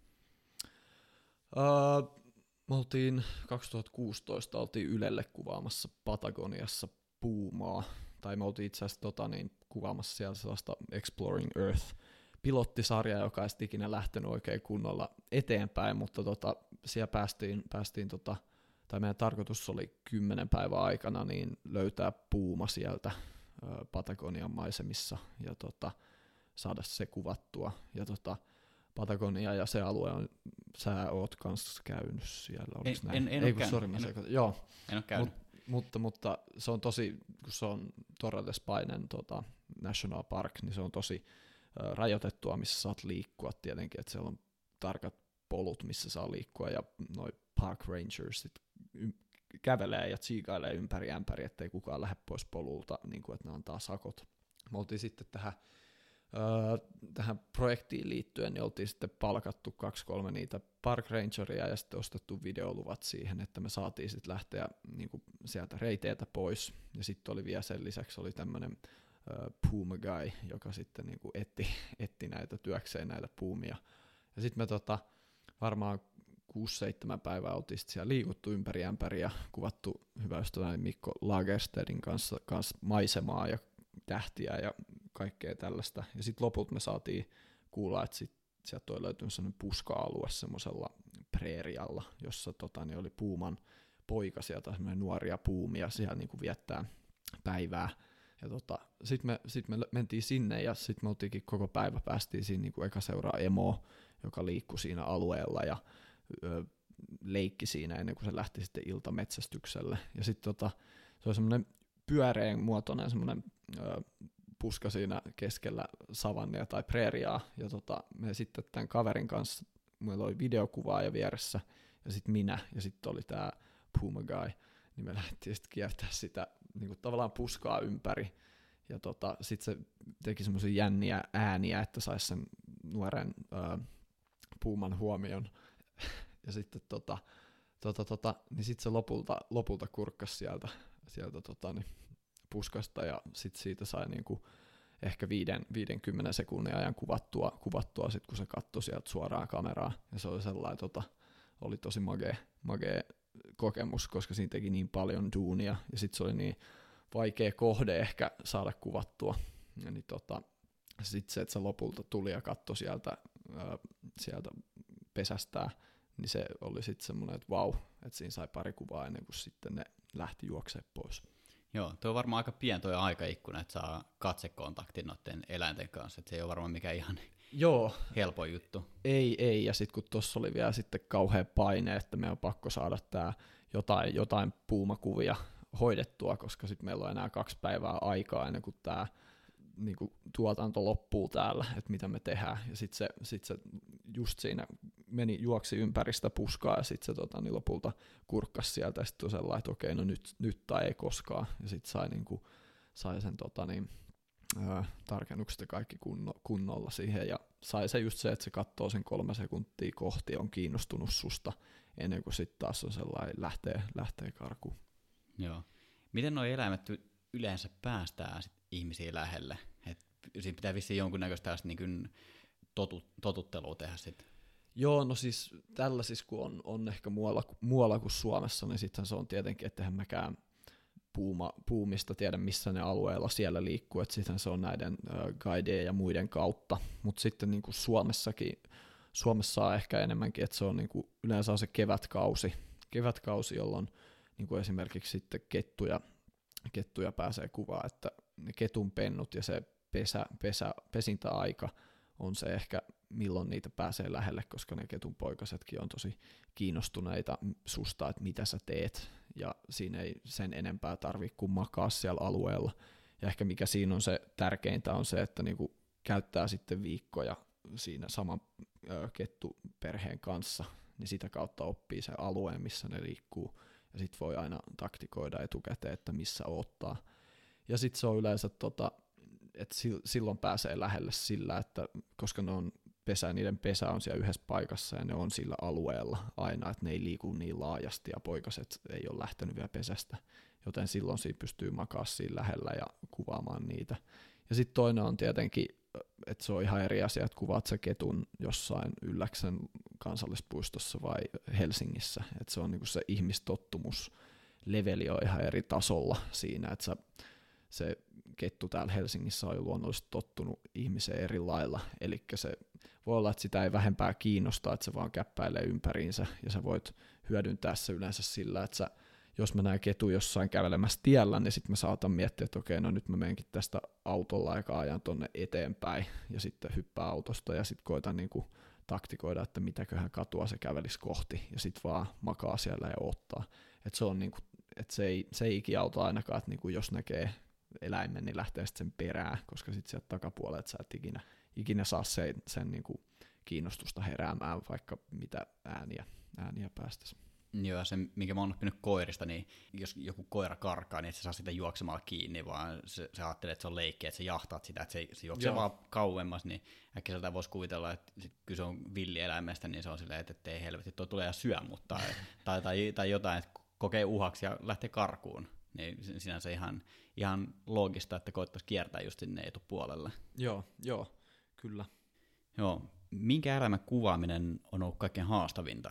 Uh, me oltiin kaksituhattakuusitoista oltiin Ylelle kuvaamassa Patagoniassa puumaa, tai me oltiin itse asiassa tota, niin, kuvaamassa siellä sellaista Exploring Earth-pilottisarjaa, joka ei sitten ikinä lähtenyt oikein kunnolla eteenpäin, mutta tota, siellä päästiin, päästiin tota, tai meidän tarkoitus oli kymmenen päivän aikana niin löytää puuma sieltä ö, Patagonian maisemissa ja tota, saada se kuvattua. Ja tota, Patagonia ja se alue on, sä oot kanssa käynyt siellä, oliko en, näin? En, en Ei, ole käynyt. Sorry, en, en, joo. en ole käynyt. Mut, mutta, mutta se on tosi, kun se on Torre des Painen tota, National Park, niin se on tosi ö, rajoitettua, missä saat liikkua tietenkin, että siellä on tarkat polut, missä saa liikkua, ja noi park rangersit y- kävelee ja tsiikailee ympäri ämpäri, ettei kukaan lähde pois polulta, niin kuin, että ne antaa sakot. Me oltiin sitten tähän, öö, tähän projektiin liittyen, niin oltiin sitten palkattu kaksi kolme niitä park rangeria ja sitten ostettu videoluvat siihen, että me saatiin sitten lähteä niin kuin sieltä reiteiltä pois. Ja sitten oli vielä sen lisäksi oli tämmöinen öö, puma guy, joka sitten niin kuin etti, etti näitä työkseen näitä puumia. Ja sitten me tota, varmaan kuusi seitsemän päivää oltiin siellä liikuttu ympäri ämpäri ja kuvattu hyvä ystäväni Mikko Lagerstedin kanssa, kanssa maisemaa ja tähtiä ja kaikkea tällaista. Ja sitten lopulta me saatiin kuulla, että sit sieltä oli löytynyt sellainen puska-alue semmoisella preerialla, jossa tota, niin oli puuman poika sieltä, semmoinen nuoria puumia siellä niin kuin viettää päivää. Ja tota, sitten me, sit me mentiin sinne ja sitten me oltiinkin koko päivä, päästiin siinä niin kuin eka seuraa emoa, joka liikkui siinä alueella ja ö, leikki siinä ennen kuin se lähti sitten iltametsästykselle. Ja sitten tota, se oli semmoinen pyöreän muotoinen semmoinen ö, puska siinä keskellä savannia tai preeriaa. Ja tota, me sitten tämän kaverin kanssa, meillä oli videokuvaa ja vieressä ja sitten minä ja sitten oli tämä Puma Guy, niin me lähdettiin sitten kiertää sitä niin kuin tavallaan puskaa ympäri. Ja tota, sitten se teki semmoisia jänniä ääniä, että saisi sen nuoren ää, puuman huomion. Ja sitten tota, tota, tota, niin sit se lopulta, lopulta kurkkasi sieltä, sieltä tota, niin puskasta ja sit siitä sai niinku ehkä viiden, viidenkymmenen sekunnin ajan kuvattua, kuvattua sit, kun se katsoi sieltä suoraan kameraan. Ja se oli sellainen, tota, oli tosi magea, magea kokemus, koska siinä teki niin paljon duunia ja sit se oli niin vaikea kohde ehkä saada kuvattua. Ja niin tota, sit se, että se lopulta tuli ja katsoi sieltä, ää, sieltä pesästään, niin se oli sitten semmoinen, että vau, että siinä sai pari kuvaa ennen kuin sitten ne lähti juoksemaan pois. Joo, tuo on varmaan aika pieni tuo aikaikkuna, että saa katsekontaktin noiden eläinten kanssa, että se ei ole varmaan mikään ihan Joo. helpoin juttu. Ei, ei, ja sitten kun tuossa oli vielä sitten kauhea paine, että me on pakko saada tää jotain, jotain puumakuvia hoidettua, koska sitten meillä on enää kaksi päivää aikaa ennen kuin tämä niinku tuotanto loppuu täällä, että mitä me tehdään, ja sitten se, sit se just siinä meni, juoksi ympäristä puskaa, ja sitten se tota, niin lopulta kurkkasi sieltä, ja sitten on sellainen, että okei, no nyt, nyt tai ei koskaan, ja sitten sai, niinku, sai sen tota, niin, ää, tarkennukset ja kaikki kunno, kunnolla siihen, ja sai se just se, että se katsoo sen kolme sekuntia kohti, on kiinnostunut susta, ennen kuin sitten taas on sellainen, lähtee, lähtee karkuun. Joo. Miten nuo eläimet yleensä päästään sit ihmisiä lähelle? Et siinä pitää vissiin jonkunnäköistä niin totu, totuttelua tehdä sitten. Joo, no siis tällaisissa kun on, on ehkä muualla, muualla kuin Suomessa, niin sittenhän se on tietenkin, että eihän mäkään puuma, puumista tiedä, missä ne alueella siellä liikkuu, että sittenhän se on näiden äh, guidejen ja muiden kautta, mutta sitten niin kuin Suomessakin, Suomessa on ehkä enemmänkin, että se on niin kuin, yleensä on se kevätkausi, kevätkausi, jolloin niin kuin esimerkiksi sitten kettuja, kettuja pääsee kuvaan, että ne ketun pennut ja se pesä, pesä, pesintäaika on se ehkä, milloin niitä pääsee lähelle, koska ne ketun poikasetkin on tosi kiinnostuneita susta, että mitä sä teet, ja siinä ei sen enempää tarvitse kuin makaa siellä alueella. Ja ehkä mikä siinä on se tärkeintä on se, että niinku käyttää sitten viikkoja siinä saman ö, kettuperheen kanssa, niin sitä kautta oppii sen alueen, missä ne liikkuu, ja sitten voi aina taktikoida etukäteen, että missä odottaa. Ja sitten se on yleensä, tota, että silloin pääsee lähelle sillä, että koska ne on pesä, niiden pesä on siellä yhdessä paikassa ja ne on sillä alueella aina, että ne ei liiku niin laajasti ja poikaset ei ole lähtenyt vielä pesästä, joten silloin siinä pystyy makaa siinä lähellä ja kuvaamaan niitä. Ja sitten toinen on tietenkin, että se on ihan eri asia, että kuvaat sä ketun jossain Ylläksen kansallispuistossa vai Helsingissä, että se on niinku se ihmistottumus, leveli on ihan eri tasolla siinä, että sä, se kettu täällä Helsingissä on jo luonnollisesti tottunut ihmiseen eri lailla, eli se voi olla, että sitä ei vähempää kiinnostaa, että se vaan käppäilee ympäriinsä, ja sä voit hyödyntää se yleensä sillä, että sä, jos mä näen ketun jossain kävelemässä tiellä, niin sitten mä saatan miettiä, että okei, no nyt mä menenkin tästä autolla ja ajan tonne eteenpäin, ja sitten hyppää autosta, ja sitten koitan niinku taktikoida, että mitäköhän katua se kävelisi kohti, ja sitten vaan makaa siellä ja ottaa. Että se on niinku, että se ei, se ei ikinä auta ainakaan, että niinku jos näkee eläimen, niin lähtee sitten sen perään, koska sitten sieltä takapuolelta sä et ikinä, ikinä saa sen, sen niinku kiinnostusta heräämään, vaikka mitä ääniä, ääniä päästäisiin. Joo, se minkä mä oon oppinut koirista, niin jos joku koira karkaa, niin et sä saa sitä juoksemalla kiinni, vaan se, se ajattelee, että se on leikki, että sä jahtaat sitä, että se, se juoksee Joo. vaan kauemmas, niin äkkiseltä voisi kuvitella, että kyllä se on villieläimestä, niin se on silleen, että ei helvetti, tuo tulee ja syö mut, tai, tai, tai, tai jotain, että kokee uhaksi ja lähtee karkuun. Niin sinänsä ihan, ihan loogista, että koettaisiin kiertää just sinne etupuolelle. Joo, joo, kyllä. Joo, minkä eläimen kuvaaminen on ollut kaikkein haastavinta?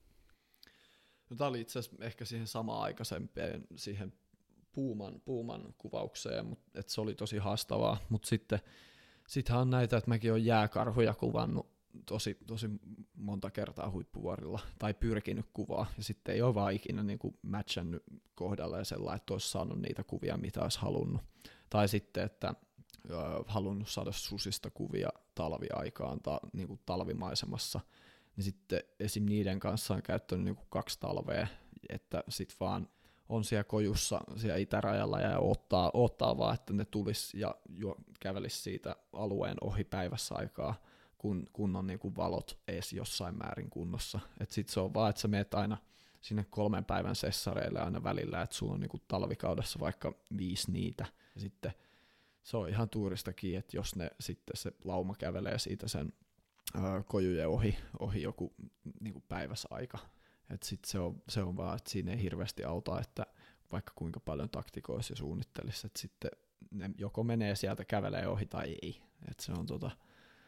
No, tämä oli itse asiassa ehkä siihen samaan aikaisempeen, siihen puuman, puuman kuvaukseen, mutta et se oli tosi haastavaa. Mutta sitten sittenhän on näitä, että mäkin olen jääkarhuja kuvannut tosi, tosi monta kertaa huippuvuorilla, tai pyrkinyt kuvaa, ja sitten ei ole vaan ikinä niin kuin matchannut kohdalla ja sellainen, että olisi saanut niitä kuvia, mitä olisi halunnut. Tai sitten, että ö, halunnut saada susista kuvia talviaikaan tai niin kuin talvimaisemassa, niin sitten esim. Niiden kanssa on käyttänyt niin kuin kaksi talvea, että sitten vaan on siellä kojussa siellä itärajalla ja odottaa, odottaa vaan, että ne tulisi ja jo kävelisi siitä alueen ohi päivässä aikaa, kun, kun on niin kuin valot edes jossain määrin kunnossa. Sitten se on vaan, että sä meet aina sinne kolmen päivän sessareille aina välillä, että sulla on niin kuin talvikaudessa vaikka viisi niitä. Ja sitten se on ihan tuuristakin, että jos ne sitten se lauma kävelee siitä sen ää, kojujen ohi, ohi joku niinku päiväsaika. Et sit se, on, se on vaan, että siinä ei hirveästi auta, että vaikka kuinka paljon taktikoisi ja suunnittelisi, että sitten ne joko menee sieltä, kävelee ohi tai ei. Et se on tota,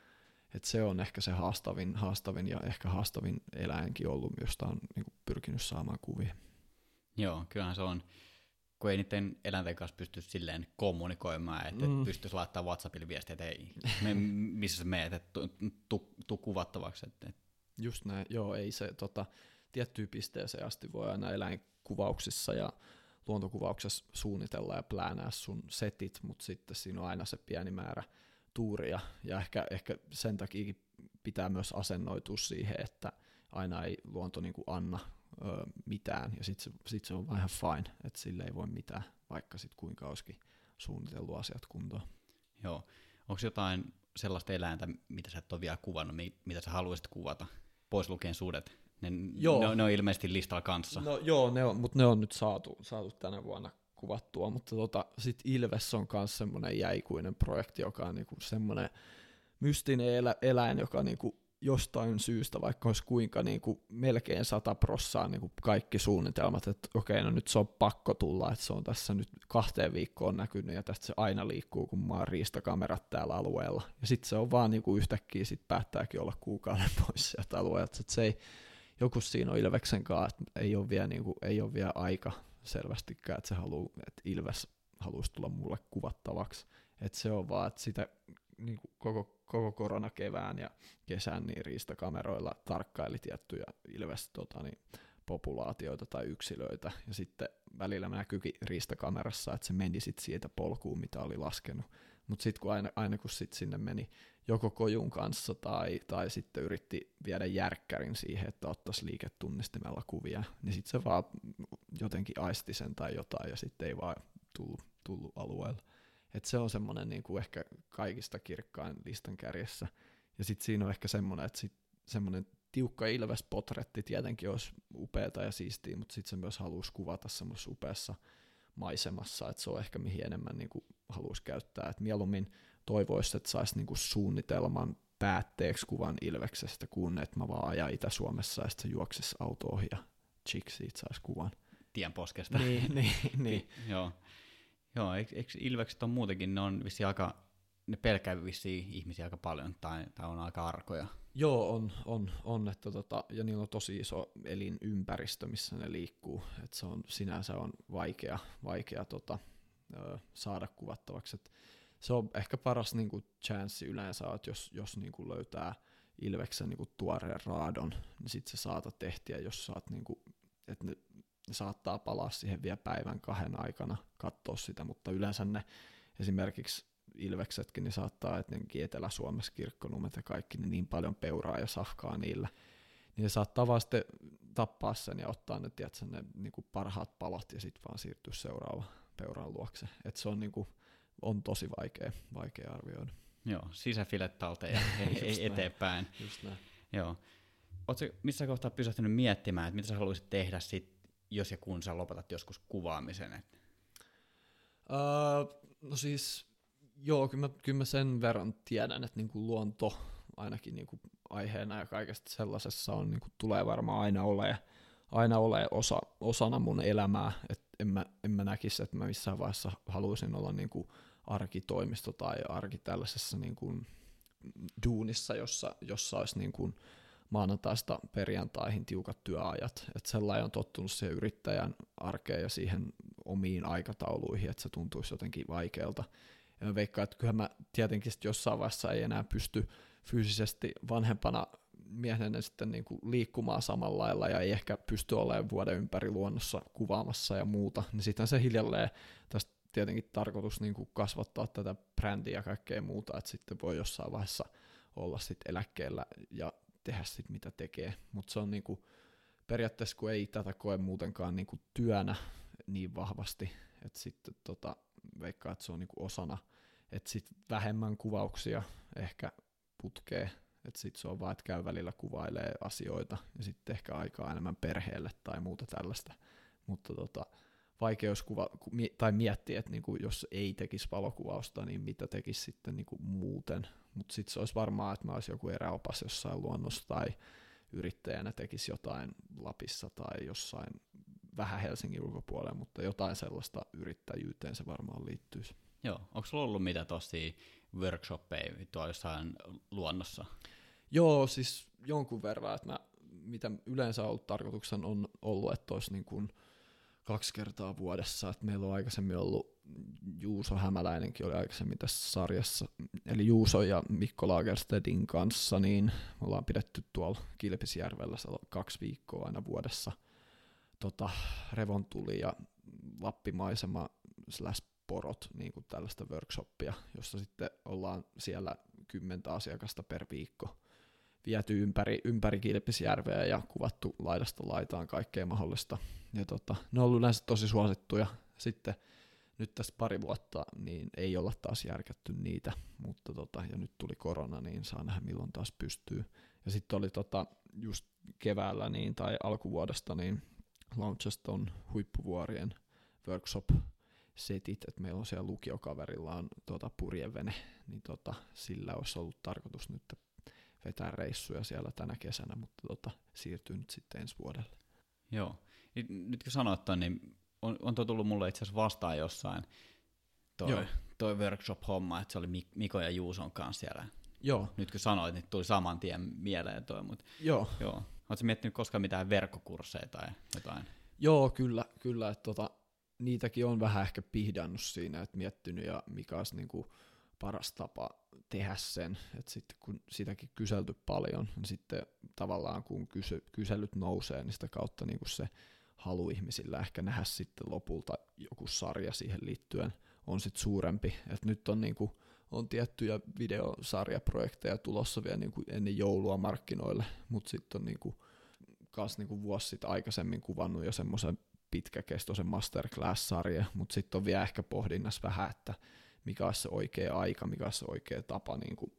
et se on ehkä se haastavin, haastavin ja ehkä haastavin eläinkin ollut, josta on niinku pyrkinyt saamaan kuvia. Joo, kyllähän se on, kun ei niiden eläinten kanssa pysty silleen kommunikoimaan, että mm. pystyisi laittamaan WhatsAppille viestiä, että ei, me, missä sä meet, että tuu tu, tu kuvattavaksi. Että. Just näin, joo, ei se tota, tiettyyn pisteeseen asti voi aina eläinkuvauksissa ja luontokuvauksessa suunnitella ja pläänää sun setit, mutta sitten siinä on aina se pieni määrä tuuria, ja ehkä, ehkä sen takia pitää myös asennoitua siihen, että aina ei luonto niinku anna ö, mitään, ja sitten se, sit se on vähän ihan fine, että sille ei voi mitään, vaikka sitten kuinka olisikin suunnitellut asiat kuntoon. Joo, onko jotain sellaista eläintä, mitä sä et ole vielä kuvannut, mitä sä haluaisit kuvata, pois lukien sudet? Ne, ne, ne on ilmeisesti listalla kanssa. No joo, ne on, mutta ne on nyt saatu, saatu tänä vuonna kuvattua, mutta tota, sitten Ilves on myös semmoinen jäikuinen projekti, joka on niinku semmoinen mystinen elä, eläin, joka niinku jostain syystä, vaikka olisi kuinka niinku melkein sata prossaa niinku kaikki suunnitelmat, että okei, no nyt se on pakko tulla, että se on tässä nyt kahteen viikkoon näkynyt, ja tästä se aina liikkuu, kun mä oon riistakamerat täällä alueella. Ja sitten se on vaan niinku yhtäkkiä sit päättääkin olla kuukauden pois sieltä alueelta, että se ei joku siinä on Ilveksen kanssa, että ei ole vielä, niinku, ei ole vielä aika selvästikään, että se haluaa, että Ilves haluaisi tulla mulle kuvattavaksi. Että se on vaan, että sitä niin kuin koko, koko koronakevään ja kesän niin riistakameroilla tarkkaili tiettyjä Ilves tota, niin, populaatioita tai yksilöitä, ja sitten välillä näkyykin riistakamerassa, että se meni sitten siitä polkuun, mitä oli laskenut. Mutta sitten kun aina, aina kun sit sinne meni joko kojun kanssa tai, tai sitten yritti viedä järkkärin siihen, että ottaisi liiketunnistimella kuvia, niin sitten se vaan jotenkin aisti sen tai jotain, ja sitten ei vaan tullut, tullut alueella. Et se on semmoinen niinku ehkä kaikista kirkkain listan kärjessä. Ja sitten siinä on ehkä semmoinen, että sit semmoinen tiukka Ilves-potretti tietenkin olisi upeata ja siistiä, mutta sitten se myös haluaisi kuvata semmoisessa upeassa maisemassa, että se on ehkä mihin enemmän niinku haluaisi käyttää. Et mieluummin toivoisi, että saisi niinku suunnitelman päätteeksi kuvan Ilveksestä, kun että mä vaan ajan Itä-Suomessa ja sitten se juoksisi auto ohi ja chik siitä saisi kuvan. Tienposkesta. Niin, niin, niin. Joo. Joo, eikö, eikö Ilvekset on muutenkin, ne on vissiin aika, ne pelkää vissiin ihmisiä aika paljon, tai, tai on aika arkoja. Joo, on, on, on että tota, ja niillä on tosi iso elinympäristö, missä ne liikkuu, että se on sinänsä on vaikea, vaikea tota, ö, saada kuvattavaksi. Et se on ehkä paras niinku chanssi yleensä, että jos, jos niinku löytää Ilveksen niinku tuoreen raadon, niin sit se saatat tehtiä, jos saat niinku, että ne ne saattaa palaa siihen vielä päivän kahden aikana katsoa sitä, mutta yleensä ne esimerkiksi Ilveksetkin niin saattaa, että Etelä-Suomessa kirkkonummet ja kaikki, niin, niin paljon peuraa ja safkaa niillä, niin ne saattaa vaan sitten tappaa sen ja ottaa ne, tiedätkö, ne niin kuin parhaat palat ja sitten vaan siirtyä seuraava peuraan luokse. Et se on, niin kuin, on tosi vaikea, vaikea arvioida. Joo, sisäfilet talteen ja ei, ei eteenpäin. Just näin. Joo. Oletko missä kohtaa pysähtynyt miettimään, että mitä sä haluaisit tehdä sit, jos ja kun sä lopetat joskus kuvaamisen? Uh, no siis, joo, kyllä mä, kyllä mä sen verran tiedän, että niinku luonto ainakin niinku aiheena ja kaikesta sellaisessa on, niinku, tulee varmaan aina ole, aina ole osa, osana mun elämää, että en mä, en mä näkisi, että mä missään vaiheessa haluaisin olla niinku arkitoimisto tai arki tällaisessa niinku duunissa, jossa, jossa olisi niinku maanantaista perjantaihin tiukat työajat, että sellainen on tottunut siihen yrittäjän arkeen ja siihen omiin aikatauluihin, että se tuntuisi jotenkin vaikealta. Ja mä veikkaan, että kyllähän mä tietenkin jossain vaiheessa ei enää pysty fyysisesti vanhempana miehenä sitten niin kuin liikkumaan samalla lailla ja ei ehkä pysty olemaan vuoden ympäri luonnossa kuvaamassa ja muuta, niin sitten se hiljalleen tästä tietenkin tarkoitus niin kuin kasvattaa tätä brändiä ja kaikkea muuta, että sitten voi jossain vaiheessa olla sitten eläkkeellä ja tehdä sit mitä tekee, mutta se on niinku, periaatteessa kun ei tätä koe muutenkaan niinku työnä niin vahvasti, että sitten tota, veikkaa, että se on niinku osana, että sitten vähemmän kuvauksia ehkä putkee, että sitten se on vaan, että käy välillä kuvailee asioita ja sitten ehkä aikaa enemmän perheelle tai muuta tällaista, mutta tota, vaikeuskuva, tai miettiä, että niinku, jos ei tekisi valokuvausta, niin mitä tekisi sitten niinku muuten. Mutta sitten se olisi varmaan, että mä olisin joku eräopas jossain luonnossa tai yrittäjänä tekisi jotain Lapissa tai jossain vähän Helsingin ulkopuolella, mutta jotain sellaista yrittäjyyteen se varmaan liittyisi. Joo, onko sulla ollut mitä tosia workshoppeja tuolla jossain luonnossa? Joo, siis jonkun verran, että mä, mitä yleensä on ollut tarkoituksena on ollut, että olisi niin kuin kaksi kertaa vuodessa, että meillä on aikaisemmin ollut Juuso Hämäläinenkin oli aikaisemmin tässä sarjassa, eli Juuso ja Mikko Lagerstedin kanssa, niin me ollaan pidetty tuolla Kilpisjärvellä kaksi viikkoa aina vuodessa tota, revontuli ja lappimaisema slash porot, niin kuin tällaista workshoppia, jossa sitten ollaan siellä kymmentä asiakasta per viikko viety ympäri, ympäri Kilpisjärveä ja kuvattu laidasta laitaan kaikkea mahdollista. Ja tota, ne on ollut yleensä tosi suosittuja. Sitten nyt tässä pari vuotta niin ei olla taas järkätty niitä, mutta tota, ja nyt tuli korona, niin saa nähdä milloin taas pystyy. Ja sitten oli tota, just keväällä niin, tai alkuvuodesta niin Launceston huippuvuorien workshop-setit, että meillä on siellä lukiokaverilla on tota, purjevene, niin tota, sillä olisi ollut tarkoitus nyt vetää reissuja siellä tänä kesänä, mutta tota, siirtyy nyt sitten ensi vuodelle. Joo. Nyt kun sanoit ton, niin on, on tuo tullut mulle itse asiassa vastaan jossain toi, toi workshop-homma, että se oli Mikon ja Juuson kanssa siellä. Joo. Nyt kun sanoit, niin tuli saman tien mieleen toi, mutta joo. joo. Oletko miettinyt koskaan mitään verkkokursseja tai jotain? Joo, kyllä, kyllä että tota, niitäkin on vähän ehkä pihdannut siinä, että miettinyt ja mikä olisi niinku paras tapa tehdä sen, että sitten kun sitäkin kyselty paljon, niin sitten tavallaan kun kysy, kyselyt nousee, niin sitä kautta niin kuin se halu ihmisillä ehkä nähdä sitten lopulta joku sarja siihen liittyen on sitten suurempi, että nyt on, niin kuin, on tiettyjä videosarjaprojekteja tulossa vielä niin kuin ennen joulua markkinoille, mutta sitten on niin kuin, kans niin kuin vuosi sitten aikaisemmin kuvannut jo semmoisen pitkäkestoisen masterclass-sarja, mutta sitten on vielä ehkä pohdinnassa vähän, että mikä olisi se oikea aika, mikä olisi se oikea tapa niin kuin,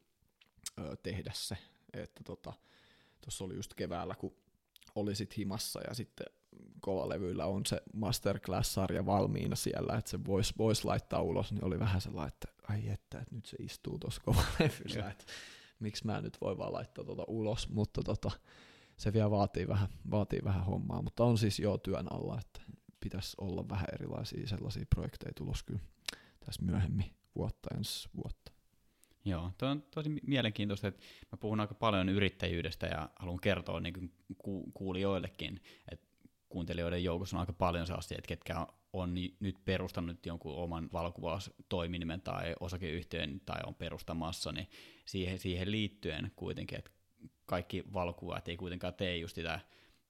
ö, tehdä se. Että tuossa tota, oli just keväällä, kun oli sit himassa ja sitten kovalevyillä on se masterclass-sarja valmiina siellä, että se voisi vois laittaa ulos, niin oli vähän sellainen, että ai että, että nyt se istuu tuossa kovalevyllä, että miksi mä nyt voi vaan laittaa tuota ulos, mutta tota, se vielä vaatii vähän, vaatii vähän hommaa, mutta on siis jo työn alla, että pitäisi olla vähän erilaisia sellaisia projekteja tulos kyllä tässä myöhemmin vuotta ensi vuotta. Joo, tuo on tosi mielenkiintoista, että mä puhun aika paljon yrittäjyydestä ja haluan kertoa niin kuin ku- kuulijoillekin, että kuuntelijoiden joukossa on aika paljon sellaisia, että ketkä on nyt perustanut jonkun oman valokuvaustoiminimen tai osakeyhtiön tai on perustamassa, niin siihen, siihen liittyen kuitenkin, että kaikki valokuvaat ei kuitenkaan tee just sitä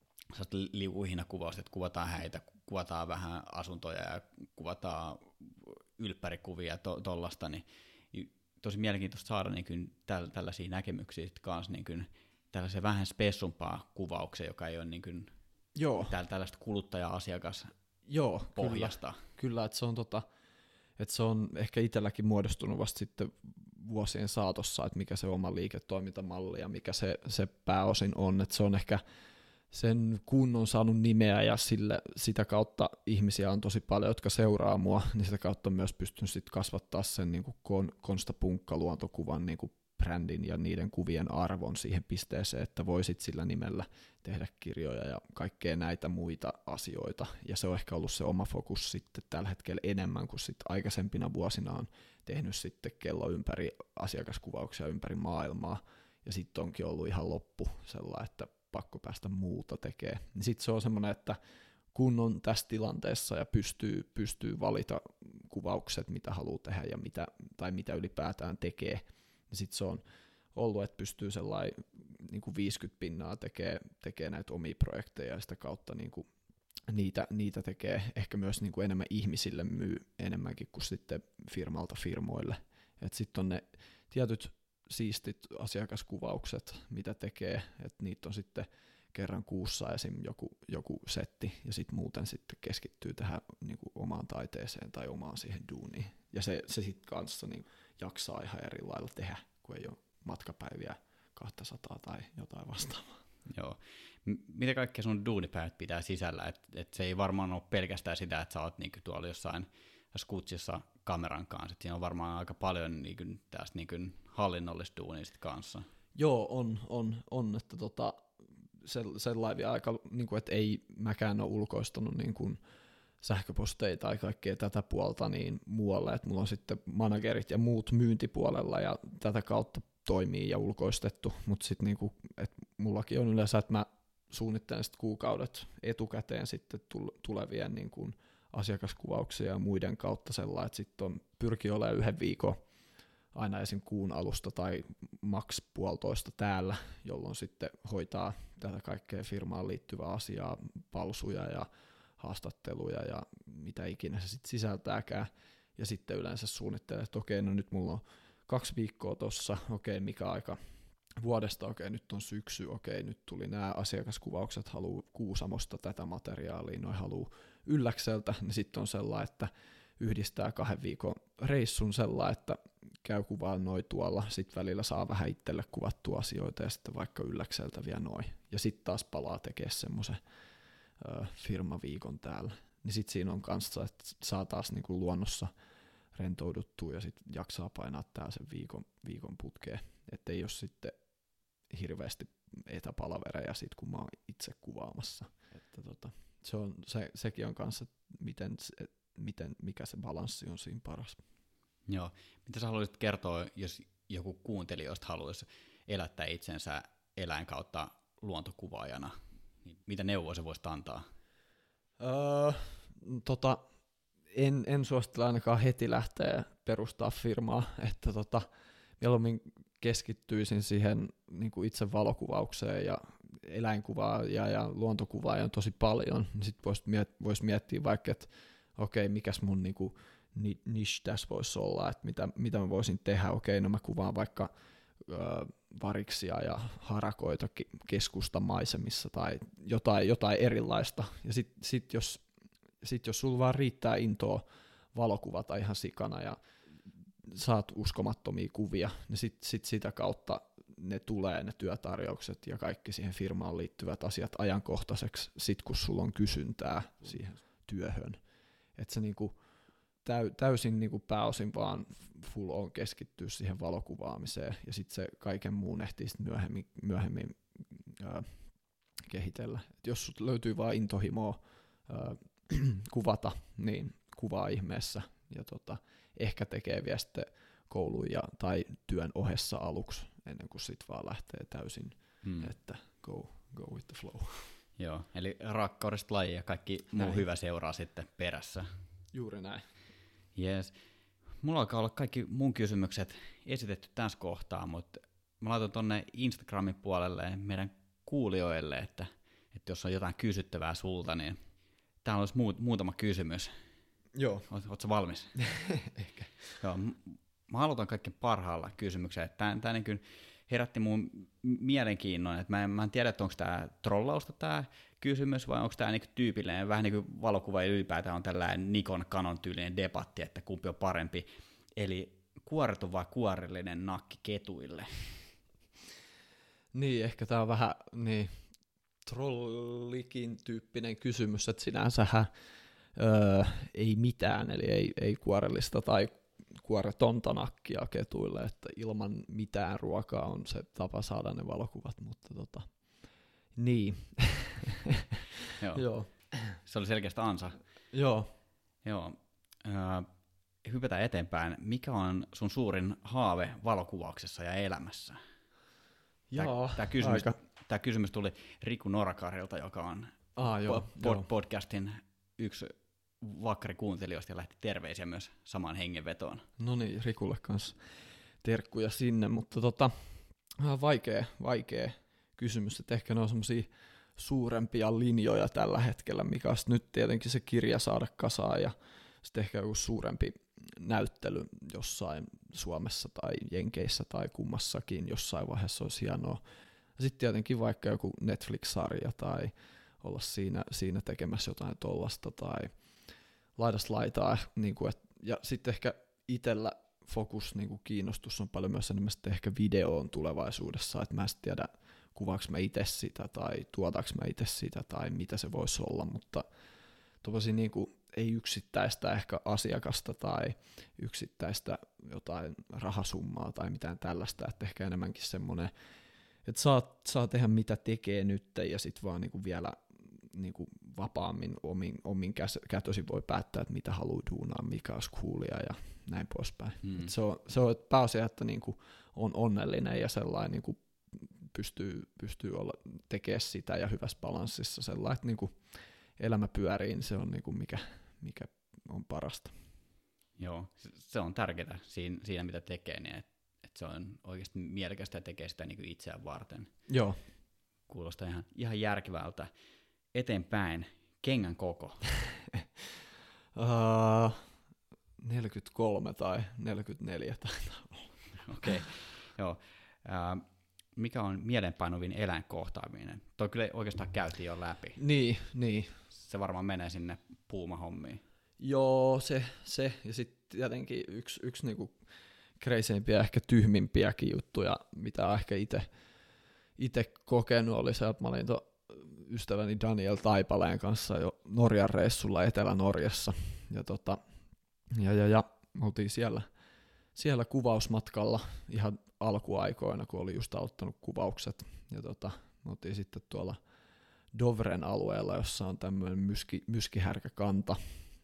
liukuhinakuvausta, että kuvataan häitä, kuvataan vähän asuntoja ja kuvataan ylppärikuvia ja tuollaista, niin tosi mielenkiintoista saada niin täl, tällaisia näkemyksiä kanssa niin tällaisen vähän spessumpaa kuvauksia, joka ei ole niin kuin Joo. Täl, tällaista kuluttaja-asiakas Joo, pohjasta. Kyllä, kyllä että, se on tota, että se on ehkä itselläkin muodostunut vasta sitten vuosien saatossa, että mikä se oma liiketoimintamalli ja mikä se, se pääosin on, että se on ehkä sen kun on saanut nimeä ja sille, sitä kautta ihmisiä on tosi paljon, jotka seuraa mua, niin sitä kautta on myös pystynyt sit kasvattaa sen niin kuin kon, konstapunkka-luontokuvan niin kuin brändin ja niiden kuvien arvon siihen pisteeseen, että voisit sillä nimellä tehdä kirjoja ja kaikkea näitä muita asioita. Ja se on ehkä ollut se oma fokus sitten tällä hetkellä enemmän kuin sitten aikaisempina vuosina on tehnyt sitten kello ympäri asiakaskuvauksia ympäri maailmaa. Ja sitten onkin ollut ihan loppu sellainen, että pakko päästä muuta tekee. Niin sitten se on semmoinen, että kun on tässä tilanteessa ja pystyy, pystyy valita kuvaukset, mitä haluaa tehdä ja mitä, tai mitä ylipäätään tekee, niin sitten se on ollut, että pystyy sellainen niin kuin viisikymmentä pinnaa tekee, tekee näitä omia projekteja ja sitä kautta niin kuin niitä, niitä tekee ehkä myös niin kuin enemmän ihmisille myy enemmänkin kuin sitten firmalta firmoille. Sitten on ne tietyt siistit asiakaskuvaukset, mitä tekee, että niitä on sitten kerran kuussa esim. joku, joku setti ja sitten muuten sitten keskittyy tähän niin kuin omaan taiteeseen tai omaan siihen duuniin. Ja se, se sitten kanssa niin jaksaa ihan eri lailla tehdä, kun ei ole matkapäiviä kaksisataa tai jotain vastaavaa. Joo. M- mitä kaikkea sun duunipäivät pitää sisällä? Et, et se ei varmaan ole pelkästään sitä, että sä oot niinku tuolla jossain skutsissa kameran kanssa. Et siinä on varmaan aika paljon niinku tästä niinku hallinnollista duunia sit kanssa. Joo, on, on, on että tota, sellainen vielä aika, niin kuin, että ei mäkään ole ulkoistanut niin kuin sähköposteja tai kaikkea tätä puolta niin muualle, että mulla on sitten managerit ja muut myyntipuolella ja tätä kautta toimii ja ulkoistettu, mutta sitten niinku, että mullakin on yleensä, että mä suunnittelen sitten kuukaudet etukäteen sitten tulevien niin kuin asiakaskuvauksia ja muiden kautta sellainen, että sitten on pyrkii olemaan yhden viikon aina esim. Kuun alusta tai maks puolitoista täällä, jolloin sitten hoitaa tätä kaikkea firmaan liittyvää asiaa, palsuja ja haastatteluja ja mitä ikinä se sitten sisältääkään. Ja sitten yleensä suunnittelee, että okei, no nyt mulla on kaksi viikkoa tossa, okei, mikä aika vuodesta, okei, nyt on syksy, okei, nyt tuli nämä asiakaskuvaukset, haluaa Kuusamosta tätä materiaalia, noi haluaa Ylläkseltä, niin sitten on sellainen, että yhdistää kahden viikon reissun sellainen, että käy kuvaan noi tuolla, sitten välillä saa vähän itselle kuvattua asioita ja sitten vaikka Ylläkseltä vielä noin. Ja sitten taas palaa tekemään semmoisen ö, firmaviikon täällä. Niin sitten siinä on kanssa, että saa taas niinku luonnossa rentouduttua ja sitten jaksaa painaa täällä sen viikon, viikon putkeen. Että ei ole sitten hirveästi etäpalavereja sit, kun mä oon itse kuvaamassa. Että tota, se on, se, sekin on kanssa, miten, miten, mikä se balanssi on siinä paras. Joo. Mitä sä haluaisit kertoa, jos joku kuuntelijoista haluaisi elättää itsensä eläin kautta luontokuvaajana? Niin mitä neuvoa se voisi antaa? Öö, tota, en, en suosittele ainakaan heti lähteä perustaa firmaa, että tota, mieluummin keskittyisin siihen niin kuin itse valokuvaukseen ja eläinkuvaa ja, ja luontokuvaa on tosi paljon. Sitten voisi miet- vois miettiä vaikka, että okei, mikäs mun niin kuin niche tässä voisi olla, että mitä, mitä mä voisin tehdä. Okei, no mä kuvaan vaikka ö, variksia ja harakoita keskustamaisemissa tai jotain, jotain erilaista. Ja sitten sit jos, sit jos sulla vaan riittää intoa valokuvata ihan sikana ja saat uskomattomia kuvia, niin sitten sit sitä kautta ne tulee, ne työtarjoukset ja kaikki siihen firmaan liittyvät asiat ajankohtaiseksi, sit kun sulla on kysyntää siihen työhön. Että se niinku täy, täysin niinku pääosin vaan full on keskittyä siihen valokuvaamiseen, ja sitten se kaiken muun ehtii sit myöhemmin, myöhemmin ää, kehitellä. Et jos sut löytyy vaan intohimoa ää, kuvata, niin kuvaa ihmeessä, ja tota, ehkä tekee vielä sitten koulun ja, tai työn ohessa aluksi, ennen kuin sit vaan lähtee täysin, hmm. että go, go with the flow. Joo, eli rakkaudesta laji ja kaikki muu näin. Hyvä seuraa sitten perässä. Juuri näin. Yes. Mulla alkaa olla kaikki mun kysymykset esitetty tässä kohtaa, mutta mä laitan tonne Instagramin puolelle meidän kuulijoille, että, että jos on jotain kysyttävää sulta, niin täällä olisi muut, muutama kysymys. Joo. Oot, ootko valmis? Ehkä. Joo, mä aloitan kaikkein parhaalla kysymyksellä. Tämä, tämä niin herätti mun mielenkiinnon, että mä en, mä en tiedä, että onko tämä trollausta tämä kysymys, vai onko tämä niin tyypillinen, vähän niin kuin valokuva ylipäätään on tällainen Nikon Canon tyylinen debatti, että kumpi on parempi. Eli kuoreton vai kuorellinen nakki ketuille? Niin, ehkä tämä on vähän niin trollikin tyyppinen kysymys, että sinänsähän öö, ei mitään, eli ei, ei kuorellista tai kuoretonta nakkia ketuille, että ilman mitään ruokaa on se tapa saada ne valokuvat, mutta tota, niin. Joo. Joo. Se oli selkeästi ansa. Joo. Joo. Äh, hypätään eteenpäin. Mikä on sun suurin haave valokuvauksessa ja elämässä? Joo, tämä, tämä, kysymys, tämä kysymys tuli Riku Norakarilta, joka on ah, joo, pod- joo. podcastin yksi vakkari kuuntelijoista ja lähti terveisiä myös samaan hengenvetoon. No niin, Rikulle kanssa terkkuja sinne, mutta tota, vaikea, vaikea kysymys, että ehkä ne on semmosia suurempia linjoja tällä hetkellä, mikä on nyt tietenkin se kirja saada kasaan ja sitten ehkä joku suurempi näyttely jossain Suomessa tai Jenkeissä tai kummassakin jossain vaiheessa olisi hienoa. Sitten tietenkin vaikka joku Netflix-sarja tai olla siinä, siinä tekemässä jotain tollasta tai laidasta laitaa. Niin kuin, et, ja sitten ehkä itsellä fokus, niin kuin kiinnostus on paljon myös enemmän ehkä videoon tulevaisuudessa. Et mä en tiedä, kuvaaks mä itse sitä tai tuotaaks mä itse sitä tai mitä se voisi olla, mutta tosi niinku ei yksittäistä ehkä asiakasta tai yksittäistä jotain rahasummaa tai mitään tällaista, että ehkä enemmänkin semmoinen, että saa, saa tehdä mitä tekee nyt ja sitten vaan niinku vielä niinku vapaammin omin, omin kätösin voi päättää, että mitä haluaa duunaa, mikä olisi coolia ja näin poispäin. Hmm. Se on, se on pääasia, että niinku on onnellinen ja sellainen niinku pystyy, pystyy olla tekemään sitä ja hyvässä balanssissa sellainen, että niinku elämä pyörii, niin se on niinku mikä, mikä on parasta. Joo, se on tärkeää siinä, siinä mitä tekee, niin että et se on oikeasti mielekästä ja tekee sitä niinku itseään varten. Joo. Kuulostaa ihan, ihan järkevältä. Eteenpäin, kengän koko. uh, neljäkymmentäkolme tai neljäkymmentäneljä taitaa olla. Okei, okay. Joo. Uh, mikä on mielenpainuvin eläinkohtaaminen? Toi kyllä oikeastaan käytiin jo läpi. Niin, niin. Se varmaan menee sinne puumahommiin. Joo, se, se. Ja sitten tietenkin yksi, yksi niinku kreiseimpiä, ehkä tyhmimpiäkin juttuja, mitä olen ehkä itse kokenut, oli se, että mä olin to ystäväni Daniel Taipaleen kanssa jo Norjan reissulla Etelä-Norjassa. Ja, tota, ja, ja, ja me oltiin siellä, siellä kuvausmatkalla ihan alkuaikoina, kun oli just aloittanut kuvaukset. Ja tota, me oltiin sitten tuolla Dovren alueella, jossa on tämmöinen myski, myskihärkäkanta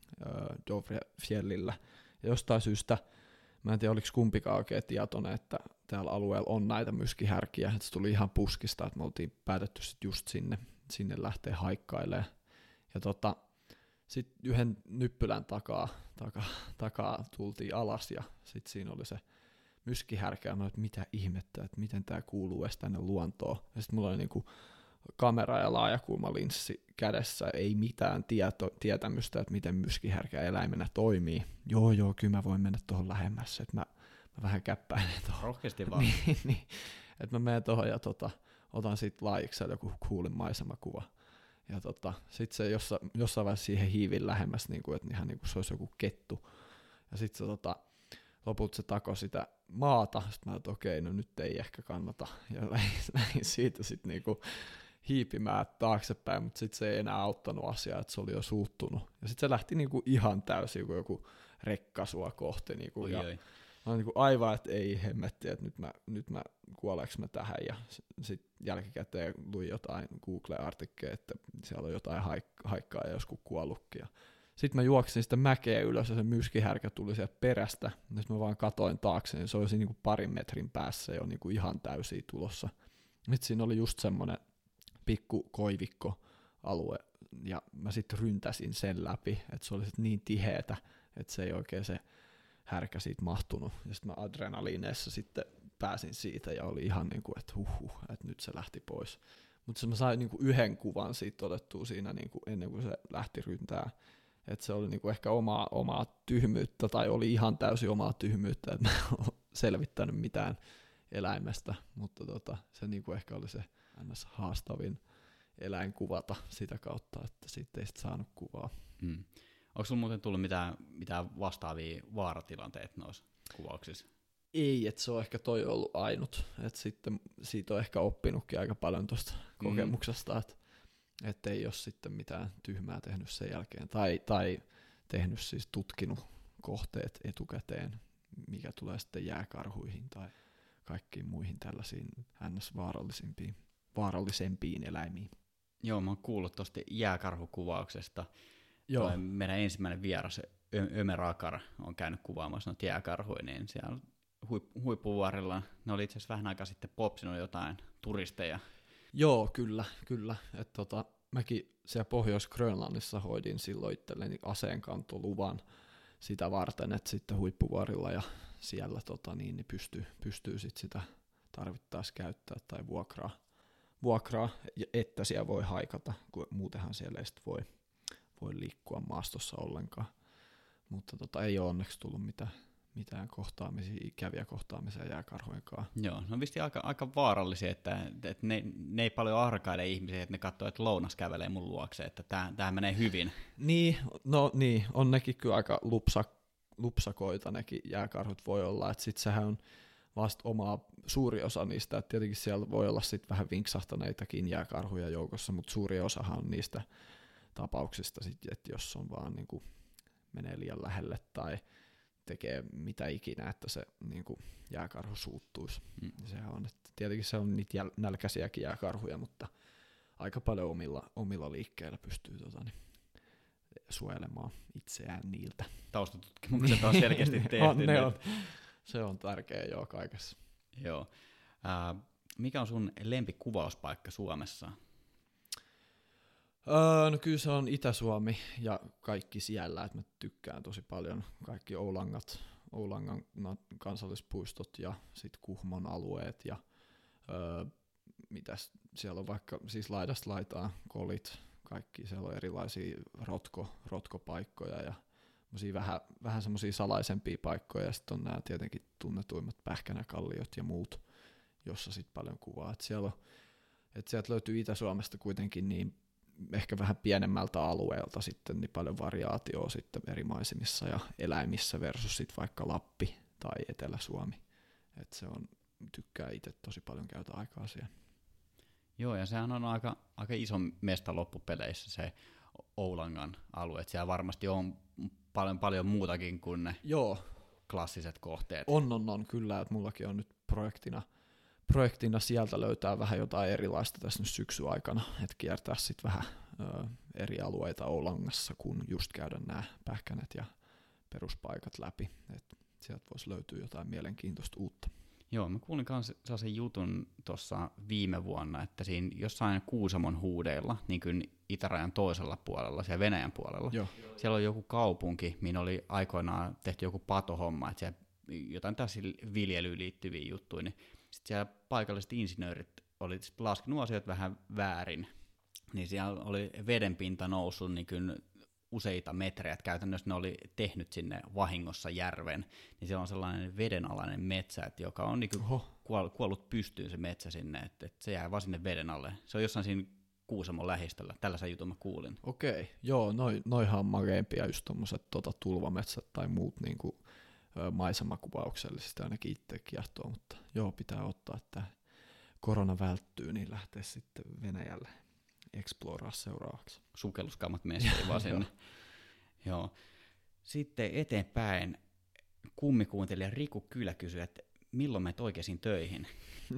Dovrefjellillä. Ja jostain syystä, mä en tiedä oliko kumpikaan oikein tietoinen, että täällä alueella on näitä myskihärkiä. Et se tuli ihan puskista, että me oltiin päätetty sit just sinne, sinne lähteä haikkailemaan. Ja tota, sitten yhden nyppylän takaa, takaa, takaa tultiin alas ja sitten siinä oli se myskihärkä. Ja mä olin, että mitä ihmettä, että miten tää kuuluu edes tänne luontoon. Ja sitten mulla oli niinku kamera ja laajakulmalinssi kädessä, ei mitään tieto, tietämystä, että miten myskihärkä eläimenä toimii. Joo, joo, kyllä mä voin mennä tuohon lähemmässä, että mä, mä vähän käppäilen tuohon. Rohkeasti vaan. niin, niin, että mä menen tuohon ja tota, otan siitä laajiksella joku coolin maisemakuva. Ja tota, sit se jossa, jossain vaiheessa siihen hiivin lähemmäs, niin kuin, että ihan niin kuin se olisi joku kettu. Ja sit se tota, lopulta se takoi sitä maata, sitten mä että okei, no nyt ei ehkä kannata. Ja lähin, lähin siitä sitten niinku hiipimään taaksepäin, mutta sitten se ei enää auttanut asiaa, että se oli jo suuttunut. Ja sitten se lähti niinku ihan täysin kuin joku rekkasua kohti. Niinku, oi, ja oi. mä olin niinku aivan, että ei hemmetti, että nyt mä, nyt mä kuoleeks mä tähän. Ja sitten jälkikäteen luin jotain Google-artikkeleja, että siellä on jotain haik- haikkaa ja joskus kuollutkin. Sitten mä juoksin sitä mäkeä ylös ja se myskihärkä tuli sieltä perästä. Ja sitten mä vaan katoin taakse, niin se oli siinä niinku parin metrin päässä jo niinku ihan täysin tulossa. Nyt siinä oli just semmoinen pikku koivikkoalue, ja mä sitten ryntäsin sen läpi, että se oli sit niin tiheetä, että se ei oikein se härkä siitä mahtunut. Ja sitten mä adrenaliineissa sitten pääsin siitä ja oli ihan niin kuin, että huhhuh, että nyt se lähti pois. Mutta mä sain niinku yhden kuvan siitä otettua siinä niinku ennen kuin se lähti ryntää. Että se oli niinku ehkä omaa, omaa tyhmyyttä, tai oli ihan täysin omaa tyhmyyttä, että mä en ole selvittänyt mitään eläimestä, mutta tota, se niinku ehkä oli se ns. Haastavin eläin kuvata sitä kautta, että siitä ei sit saanut kuvaa. Mm. Onko sulla muuten tullut mitään, mitään vastaavia vaaratilanteita noissa kuvauksissa? Ei, että se on ehkä toi ollut ainut, että sitten siitä on ehkä oppinutkin aika paljon tuosta mm. kokemuksesta, että et ei ole sitten mitään tyhmää tehnyt sen jälkeen, tai, tai tehnyt siis tutkinut kohteet etukäteen, mikä tulee sitten jääkarhuihin tai kaikkiin muihin tällaisiin ns-vaarallisimpiin, vaarallisempiin eläimiin. Joo, mä oon kuullut tuosta jääkarhukuvauksesta. Joo. Toi meidän ensimmäinen vieras, Ö- Ömer Akar, on käynyt kuvaamassa noita jääkarhuja, niin siellä huip- huippuvuorilla, ne oli itse asiassa vähän aikaa sitten popsinut jotain turisteja. Joo, kyllä, kyllä. Et tota, mäkin siellä Pohjois-Grönlannissa hoidin silloin itselleni aseenkantoluvan sitä varten, että sitten huippuvuorilla ja siellä tota, niin, niin pystyy, pystyy sit sitä tarvittaessa käyttää tai vuokraa, vuokraa, että siellä voi haikata, kun muutenhan siellä ei sit voi, voi liikkua maastossa ollenkaan. Mutta tota, ei ole onneksi tullut mitään, mitään kohtaamisia, ikäviä kohtaamisia jääkarhojenkaan. Joo, no vissiin aika, aika vaarallisia, että, että ne, ne ei paljon arkaile ihmisiä, että ne katsoo, että lounas kävelee mun luokse, että tää, tää menee hyvin. Niin, no niin, on nekin kyllä aika lupsa, lupsakoita nekin jääkarhut voi olla, että sit sehän on vasta omaa suuri osa niistä, että tietenkin siellä voi olla sitten vähän vinksahtaneitakin jääkarhuja joukossa, mutta suuri osahan on niistä tapauksista, sit, että jos on vaan niin kuin menee liian lähelle tai tekee mitä ikinä, että se niin kuin jääkarhu suuttuisi. Mm. Sehän on, että tietenkin se on niitä jäl- nälkäisiäkin jääkarhuja, mutta aika paljon omilla, omilla liikkeillä pystyy tota, niin, suojelemaan itseään niiltä. Taustatutkimukset on selkeästi tehty. on, ne on. Se on tärkeä joo kaikessa. Joo. Äh, mikä on sun lempikuvauspaikka Suomessa? Öö, no kyllä se on Itä-Suomi ja kaikki siellä, että mä tykkään tosi paljon. Kaikki Oulangat, Oulangan kansallispuistot ja sitten Kuhmon alueet ja öö, mitäs siellä on vaikka siis laidasta laitaan, kolit, kaikki siellä on erilaisia rotko, rotkopaikkoja ja vähän, vähän semmoisia salaisempia paikkoja ja sitten on nämä tietenkin tunnetuimmat Pähkänäkalliot ja muut, jossa sitten paljon kuvaa. Et siellä on, et sieltä löytyy Itä-Suomesta kuitenkin niin ehkä vähän pienemmältä alueelta sitten niin paljon variaatioa sitten eri maisemissa ja eläimissä versus sitten vaikka Lappi tai Etelä-Suomi. Et se on, tykkää itse tosi paljon käytä aikaa siellä. Joo, ja sehän on aika, aika iso mesta loppupeleissä se Oulangan alue. Et siellä varmasti on paljon, paljon muutakin kuin ne Joo. klassiset kohteet. On, on, on kyllä, että mullakin on nyt projektina projektina sieltä löytää vähän jotain erilaista tässä nyt syksyn aikana, että kiertää sitten vähän ö, eri alueita Oulangassa, kun just käydä nämä pähkänät ja peruspaikat läpi, että sieltä voisi löytyä jotain mielenkiintoista uutta. Joo, mä kuulin myös sellaisen jutun tuossa viime vuonna, että siinä jossain Kuusamon huudeilla, niin kuin itärajan toisella puolella, siellä Venäjän puolella, Joo. siellä on joku kaupunki, minä oli aikoinaan tehty joku patohomma, että siellä jotain tässä viljelyyn liittyviä juttuja, niin sitten siellä paikalliset insinöörit oli laskenut asiat vähän väärin, niin siellä oli vedenpinta noussut niin kuin useita metrejä, että käytännössä ne oli tehnyt sinne vahingossa järven, niin siellä on sellainen vedenalainen metsä, että joka on niin kuin kuollut pystyyn se metsä sinne, että, että se jää vaan sinne veden alle. Se on jossain siinä Kuusamon lähistöllä, tällaisen jutun mä kuulin. Okei, joo, noi, noihan on makeimpia just tommoset tota, tulvametsät tai muut niin kuin maisemakuvauksellisesti ainakin itse kiehtoo, mutta joo, pitää ottaa, että korona välttyy, niin lähtee sitten Venäjälle exploraa seuraavaksi. Sukelluskammat mestiin vaan sinne. Joo. Sitten eteenpäin kummikuuntelija Riku Kylä kysyi, että milloin menet oikeisiin töihin?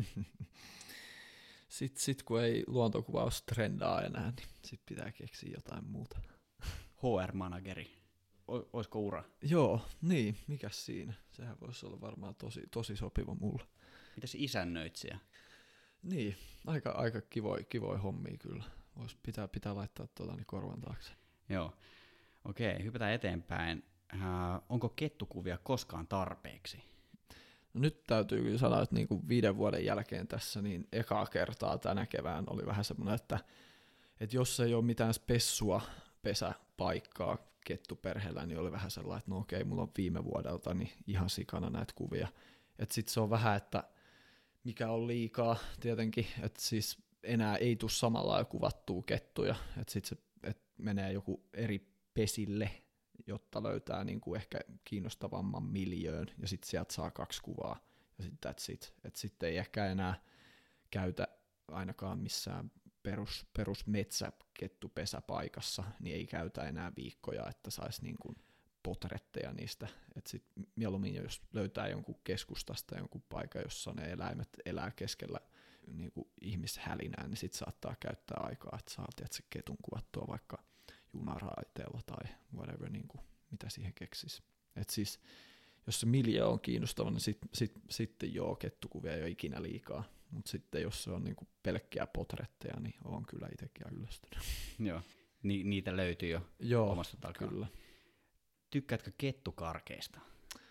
sitten sit, kun ei luontokuvaus trendaa enää, niin sitten pitää keksiä jotain muuta. H R-manageri. Olisiko ura? Joo, niin, mikäs siinä? Sehän voisi olla varmaan tosi, tosi sopiva mulle. Mitäs isännöitsijä? Niin, aika, aika kivoi, kivoi hommia kyllä. Vois pitää, pitää laittaa tuota niin korvan taakse. Joo, okei, hypätään eteenpäin. Äh, onko kettukuvia koskaan tarpeeksi? No nyt täytyy kyllä sanoa, että niinku viiden vuoden jälkeen tässä, niin ekaa kertaa tänä kevään oli vähän semmoinen, että, että jos ei ole mitään spessua pesäpaikkaa kettuperheellä, niin oli vähän sellainen, että no okei, mulla on viime vuodelta niin ihan sikana näitä kuvia. Että sitten se on vähän, että mikä on liikaa tietenkin, että siis enää ei tule samalla lailla kuvattua kettuja, että sitten se et menee joku eri pesille, jotta löytää niinku ehkä kiinnostavamman miljöön, ja sitten sieltä saa kaksi kuvaa, ja sitten that's it. Että sitten ei ehkä enää käytä ainakaan missään perus, perusmetsäkettupesäpaikassa, niin ei käytä enää viikkoja, että saisi niinku potretteja niistä. Että sitten mieluummin, jos löytää jonkun keskustasta jonkun paikan, jossa ne eläimet elää keskellä niinku ihmishälinää, niin sitten saattaa käyttää aikaa, että saa tietysti ketun kuvattua vaikka junaraiteella tai whatever, niinku, mitä siihen keksisi. Et siis, jos se miljö on kiinnostava, niin sitten sit, sit joo, kettukuvia ei ole ikinä liikaa. Mutta sitten jos se on niinku pelkkiä potretteja, niin on kyllä itsekin yllästynyt. Joo, Ni- niitä löytyy jo joo, omasta takaa. Kyllä. Tykkäätkö kettukarkeista?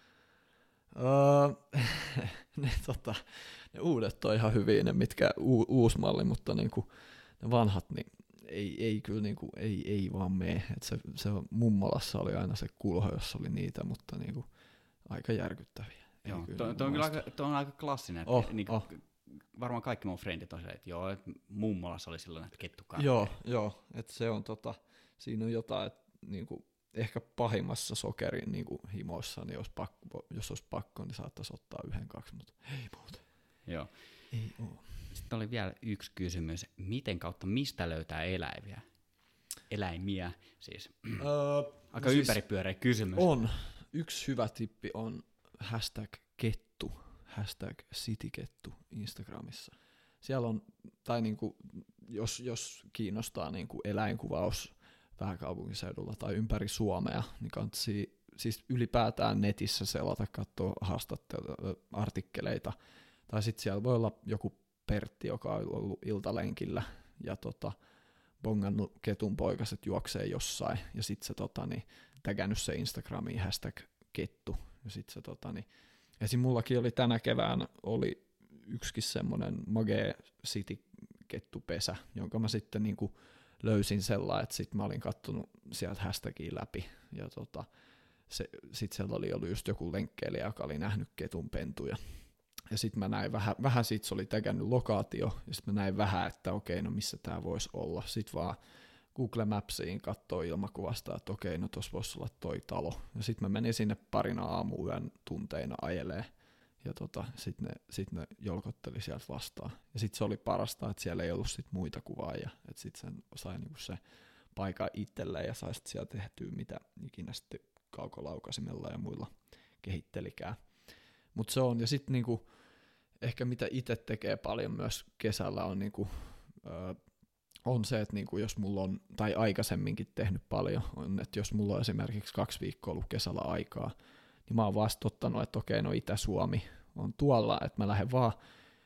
Öö, ne, tota, ne uudet on ihan hyviä, ne mitkä u- uusi malli, mutta niinku, ne vanhat, niin ei, ei kyllä niinku, ei, ei vaan mene. Et se, se mummolassa oli aina se kulho, jossa oli niitä, mutta niinku, aika järkyttäviä. Joo, tuo to on kyllä aika, to on aika klassinen. Että oh, niinku, oh. Varmaan kaikki mun frendit on se, että joo, että mummolassa oli silloin näitä kettukarkeja. Joo, joo, että se on tota, siinä on jotain, että niinku, ehkä pahimmassa sokerin niin kuin himoissa, niin jos, pakko, jos olisi pakko, niin saattaisi ottaa yhden, kaksi, mutta ei muuta. Joo. Ei oo. Sitten oli vielä yksi kysymys. Miten kautta mistä löytää eläimiä? Eläimiä siis. Öö, Aika siis ympäripyöreä kysymys. On. Yksi hyvä tippi on hashtag kettu, hashtag citykettu Instagramissa. Siellä on, tai niinku, jos, jos kiinnostaa niinku eläinkuvaus pääkaupunkiseudulla tai ympäri Suomea, niin kannattaa siis ylipäätään netissä selata, katsoa haastatteluita, artikkeleita. Tai sitten siellä voi olla joku Pertti, joka on ollut iltalenkillä ja tota, bongannut ketun poikaset juoksee jossain ja sitten se tota, niin, tägännyt se Instagramiin hashtag kettu. Ja sitten se tota, niin, esim. Mullakin oli tänä keväänä oli yksikin semmoinen Magee City kettupesä, jonka mä sitten niinku löysin sellainen, että sitten mä olin kattonut sieltä hashtagia läpi ja tota, sitten siellä oli ollut just joku lenkkeilijä, joka oli nähnyt ketun pentuja. Ja sitten mä näin vähän, vähän siitä se oli tägännyt lokaatio, ja sitten mä näin vähän, että okei, no missä tää voisi olla. Sitten vaan Google Mapsiin katsoo ilmakuvasta, että okei, no tossa voisi olla toi talo. Ja sitten mä menin sinne parina aamuyön tunteina ajelee, ja tota, sitten ne, sit ne jolkotteli sieltä vastaan. Ja sitten se oli parasta, että siellä ei ollut sit muita kuvaajia, että sitten sen sai niinku se paikka itselleen, ja sai sitten siellä tehtyä mitä ikinä sitten kaukolaukasimella ja muilla kehittelikään. Mutta se on, ja sitten niinku, ehkä mitä itse tekee paljon myös kesällä on, niinku, ö, on se, että niinku, jos mulla on, tai aikaisemminkin tehnyt paljon, on, että jos mulla on esimerkiksi kaksi viikkoa ollut kesällä aikaa, niin mä oon vasta ottanut, että okei, no Itä-Suomi on tuolla, että mä lähden vaan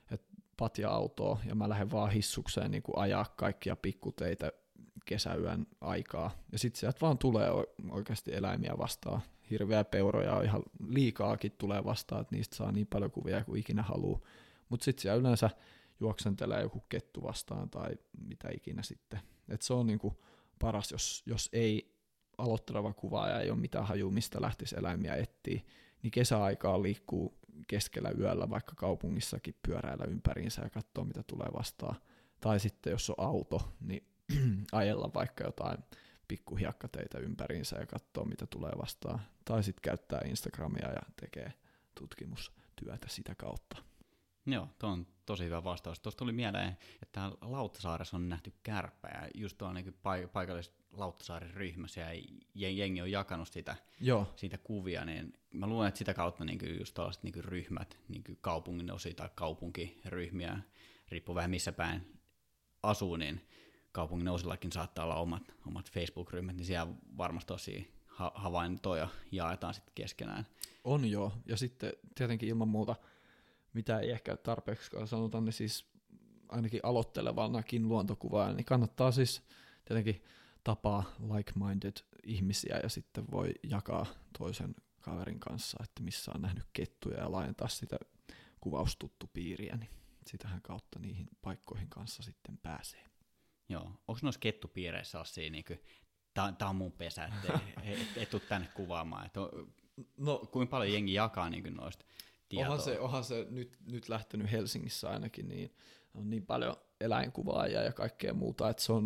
patja-autoon ja mä lähden vaan hissukseen niinku ajaa kaikkia pikkuteitä kesäyön aikaa. Ja sitten sieltä vaan tulee oikeasti eläimiä vastaan. Hirveä peuroja on ihan liikaakin tulee vastaan, että niistä saa niin paljon kuvia kuin ikinä haluaa. Mutta sitten siellä yleensä juoksentelee joku kettu vastaan tai mitä ikinä sitten. Et se on niinku paras, jos, jos ei aloitteleva kuvaaja ei ole mitään hajua, mistä lähtisi eläimiä etsiä, niin kesäaikaa liikkuu keskellä yöllä vaikka kaupungissakin pyöräillä ympäriinsä ja katsoo mitä tulee vastaan. Tai sitten jos on auto, niin ajella vaikka jotain pikkuhiekkateitä ympäriinsä ja katsoo mitä tulee vastaan. Tai sitten käyttää Instagramia ja tekee tutkimustyötä sitä kautta. Joo, tuo on tosi hyvä vastaus. Tuosta tuli mieleen, että täällä Lauttasaaressa on nähty kärppä ja just tuolla niin paik- paikallisessa Lauttasaaren ryhmässä ja jengi on jakanut sitä, siitä kuvia, niin mä luulen, että sitä kautta niin just tällaiset niin ryhmät, niin kaupungin osia tai kaupunkiryhmiä, riippuu vähän missä päin asuu, niin kaupungin osillakin saattaa olla omat, omat Facebook-ryhmät, niin siellä varmasti tosi ha- havaintoja jaetaan sitten keskenään. On joo, ja sitten tietenkin ilman muuta, mitä ei ehkä tarpeeksi sanota, niin siis ainakin aloittelevanakin luontokuvaa, niin kannattaa siis tietenkin tapaa like-minded ihmisiä ja sitten voi jakaa toisen kaverin kanssa, että missä on nähnyt kettuja ja laajentaa sitä kuvaustuttupiiriä, niin sitähän kautta niihin paikkoihin kanssa sitten pääsee. Joo, onko noissa kettupiireissä sellaisia, niin tämä on mun pesä, että et, et tule tänne kuvaamaan, että no, kuinka paljon jengi jakaa niin noista tietoa? Onhan se, onhan se nyt, nyt lähtenyt Helsingissä ainakin, niin on niin paljon eläinkuvaajia ja kaikkea muuta, että se on,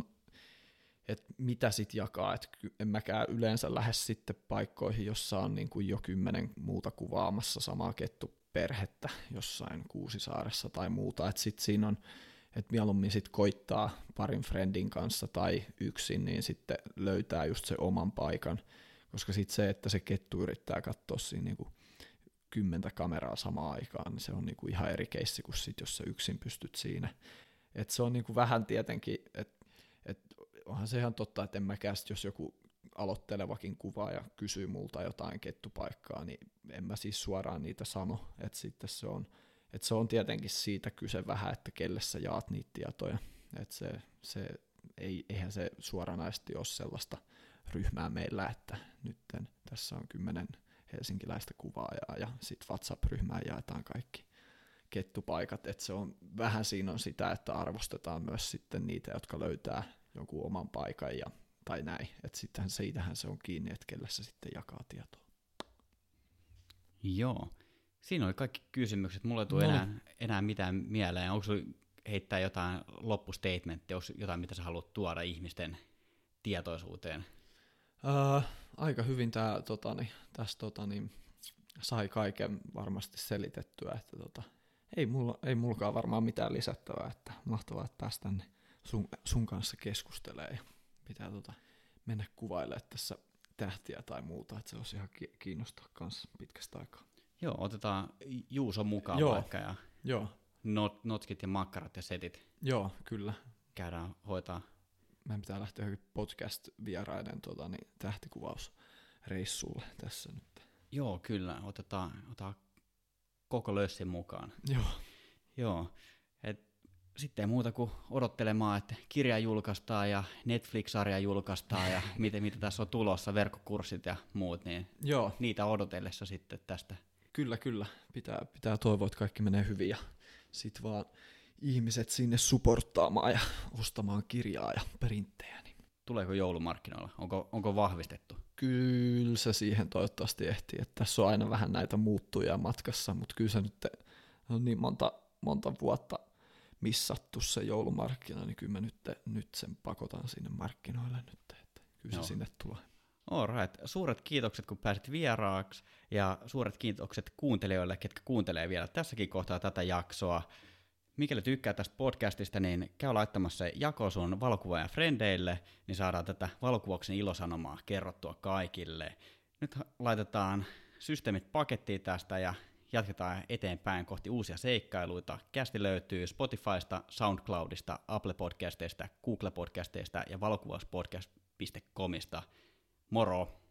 että mitä sit jakaa, että en mäkään yleensä lähde sitten paikkoihin, jossa on niin kuin jo kymmenen muuta kuvaamassa samaa kettuperhettä jossain Kuusisaaressa tai muuta, että sitten siinä on, että mieluummin sitten koittaa parin friendin kanssa tai yksin, niin sitten löytää just se oman paikan, koska sitten se, että se kettu yrittää katsoa siinä niinku kymmentä kameraa samaan aikaan, niin se on niinku ihan eri keissi kuin sit, jos sä yksin pystyt siinä. Et se on niinku vähän tietenkin, että et onhan se ihan totta, että en mäkään sit, jos joku aloittelevakin kuvaaja kysyy multa jotain kettupaikkaa, niin en mä siis suoraan niitä sano, että sitten se on Et se on tietenkin siitä kyse vähän, että kelle sä jaat niitä tietoja. Et se, se ei, eihän se suoranaisesti ole sellaista ryhmää meillä, että nyt tässä on kymmenen helsinkiläistä kuvaajaa ja sitten WhatsApp-ryhmään jaetaan kaikki kettupaikat. Et se on vähän siinä on sitä, että arvostetaan myös sitten niitä, jotka löytää jonkun oman paikan ja, tai näin. Et sittenhän siitähän se on kiinni, että kelle se sitten jakaa tietoa. Joo. Siinä oli kaikki kysymykset. Mulla ei tule no. enää, enää mitään mieleen. Onko sinulla heittää jotain loppustatementtia? Onko jotain, mitä sä haluat tuoda ihmisten tietoisuuteen? Öö, aika hyvin tää, totani, tässä totani, sai kaiken varmasti selitettyä, että tota, ei, mulla, ei mullakaan varmaan mitään lisättävää, että mahtavaa, että päästään sun, sun kanssa keskustelemaan ja pitää tota, mennä kuvailemaan tässä tähtiä tai muuta, että se olisi ihan kiinnostaa kanssa pitkästä aikaa. Joo, otetaan Juuso mukaan Joo. vaikka ja Joo. not, notskit ja makkarat ja setit Joo, kyllä. käydään hoitaa. Meidän pitää lähteä johonkin podcast-vieraiden tota, niin, tähtikuvausreissulle tässä nyt. Joo, kyllä, otetaan, otetaan koko lössin mukaan. Joo. Joo, et sitten ei muuta kuin odottelemaan, että kirja julkaistaan ja Netflix-sarja julkaistaan ja mitä, mitä tässä on tulossa, verkkokurssit ja muut, niin Joo. niitä odotellessa sitten tästä. Kyllä, kyllä. Pitää, pitää toivoa, että kaikki menee hyvin ja sit vaan ihmiset sinne supporttaamaan ja ostamaan kirjaa ja perinttejä. Niin. Tuleeko joulumarkkinoilla? Onko, onko vahvistettu? Kyllä se siihen toivottavasti ehtii, että tässä on aina vähän näitä muuttujia matkassa, mutta kyllä se nyt on niin monta, monta vuotta missattu se joulumarkkina, niin kyllä mä nyt, nyt sen pakotan sinne markkinoille nyt, että kyllä se Joo. sinne tulee. All right. Suuret kiitokset, kun pääsit vieraaksi, ja suuret kiitokset kuuntelijoille, ketkä kuuntelee vielä tässäkin kohtaa tätä jaksoa. Mikäli tykkää tästä podcastista, niin käy laittamassa se jako sun valokuvaajan frendeille, niin saadaan tätä valokuvauksen ilosanomaa kerrottua kaikille. Nyt laitetaan systeemit pakettiin tästä ja jatketaan eteenpäin kohti uusia seikkailuita. Kästi löytyy Spotifysta, SoundCloudista, Apple Podcasteista, Google Podcasteista ja valokuvauspodcast piste comista. Moro!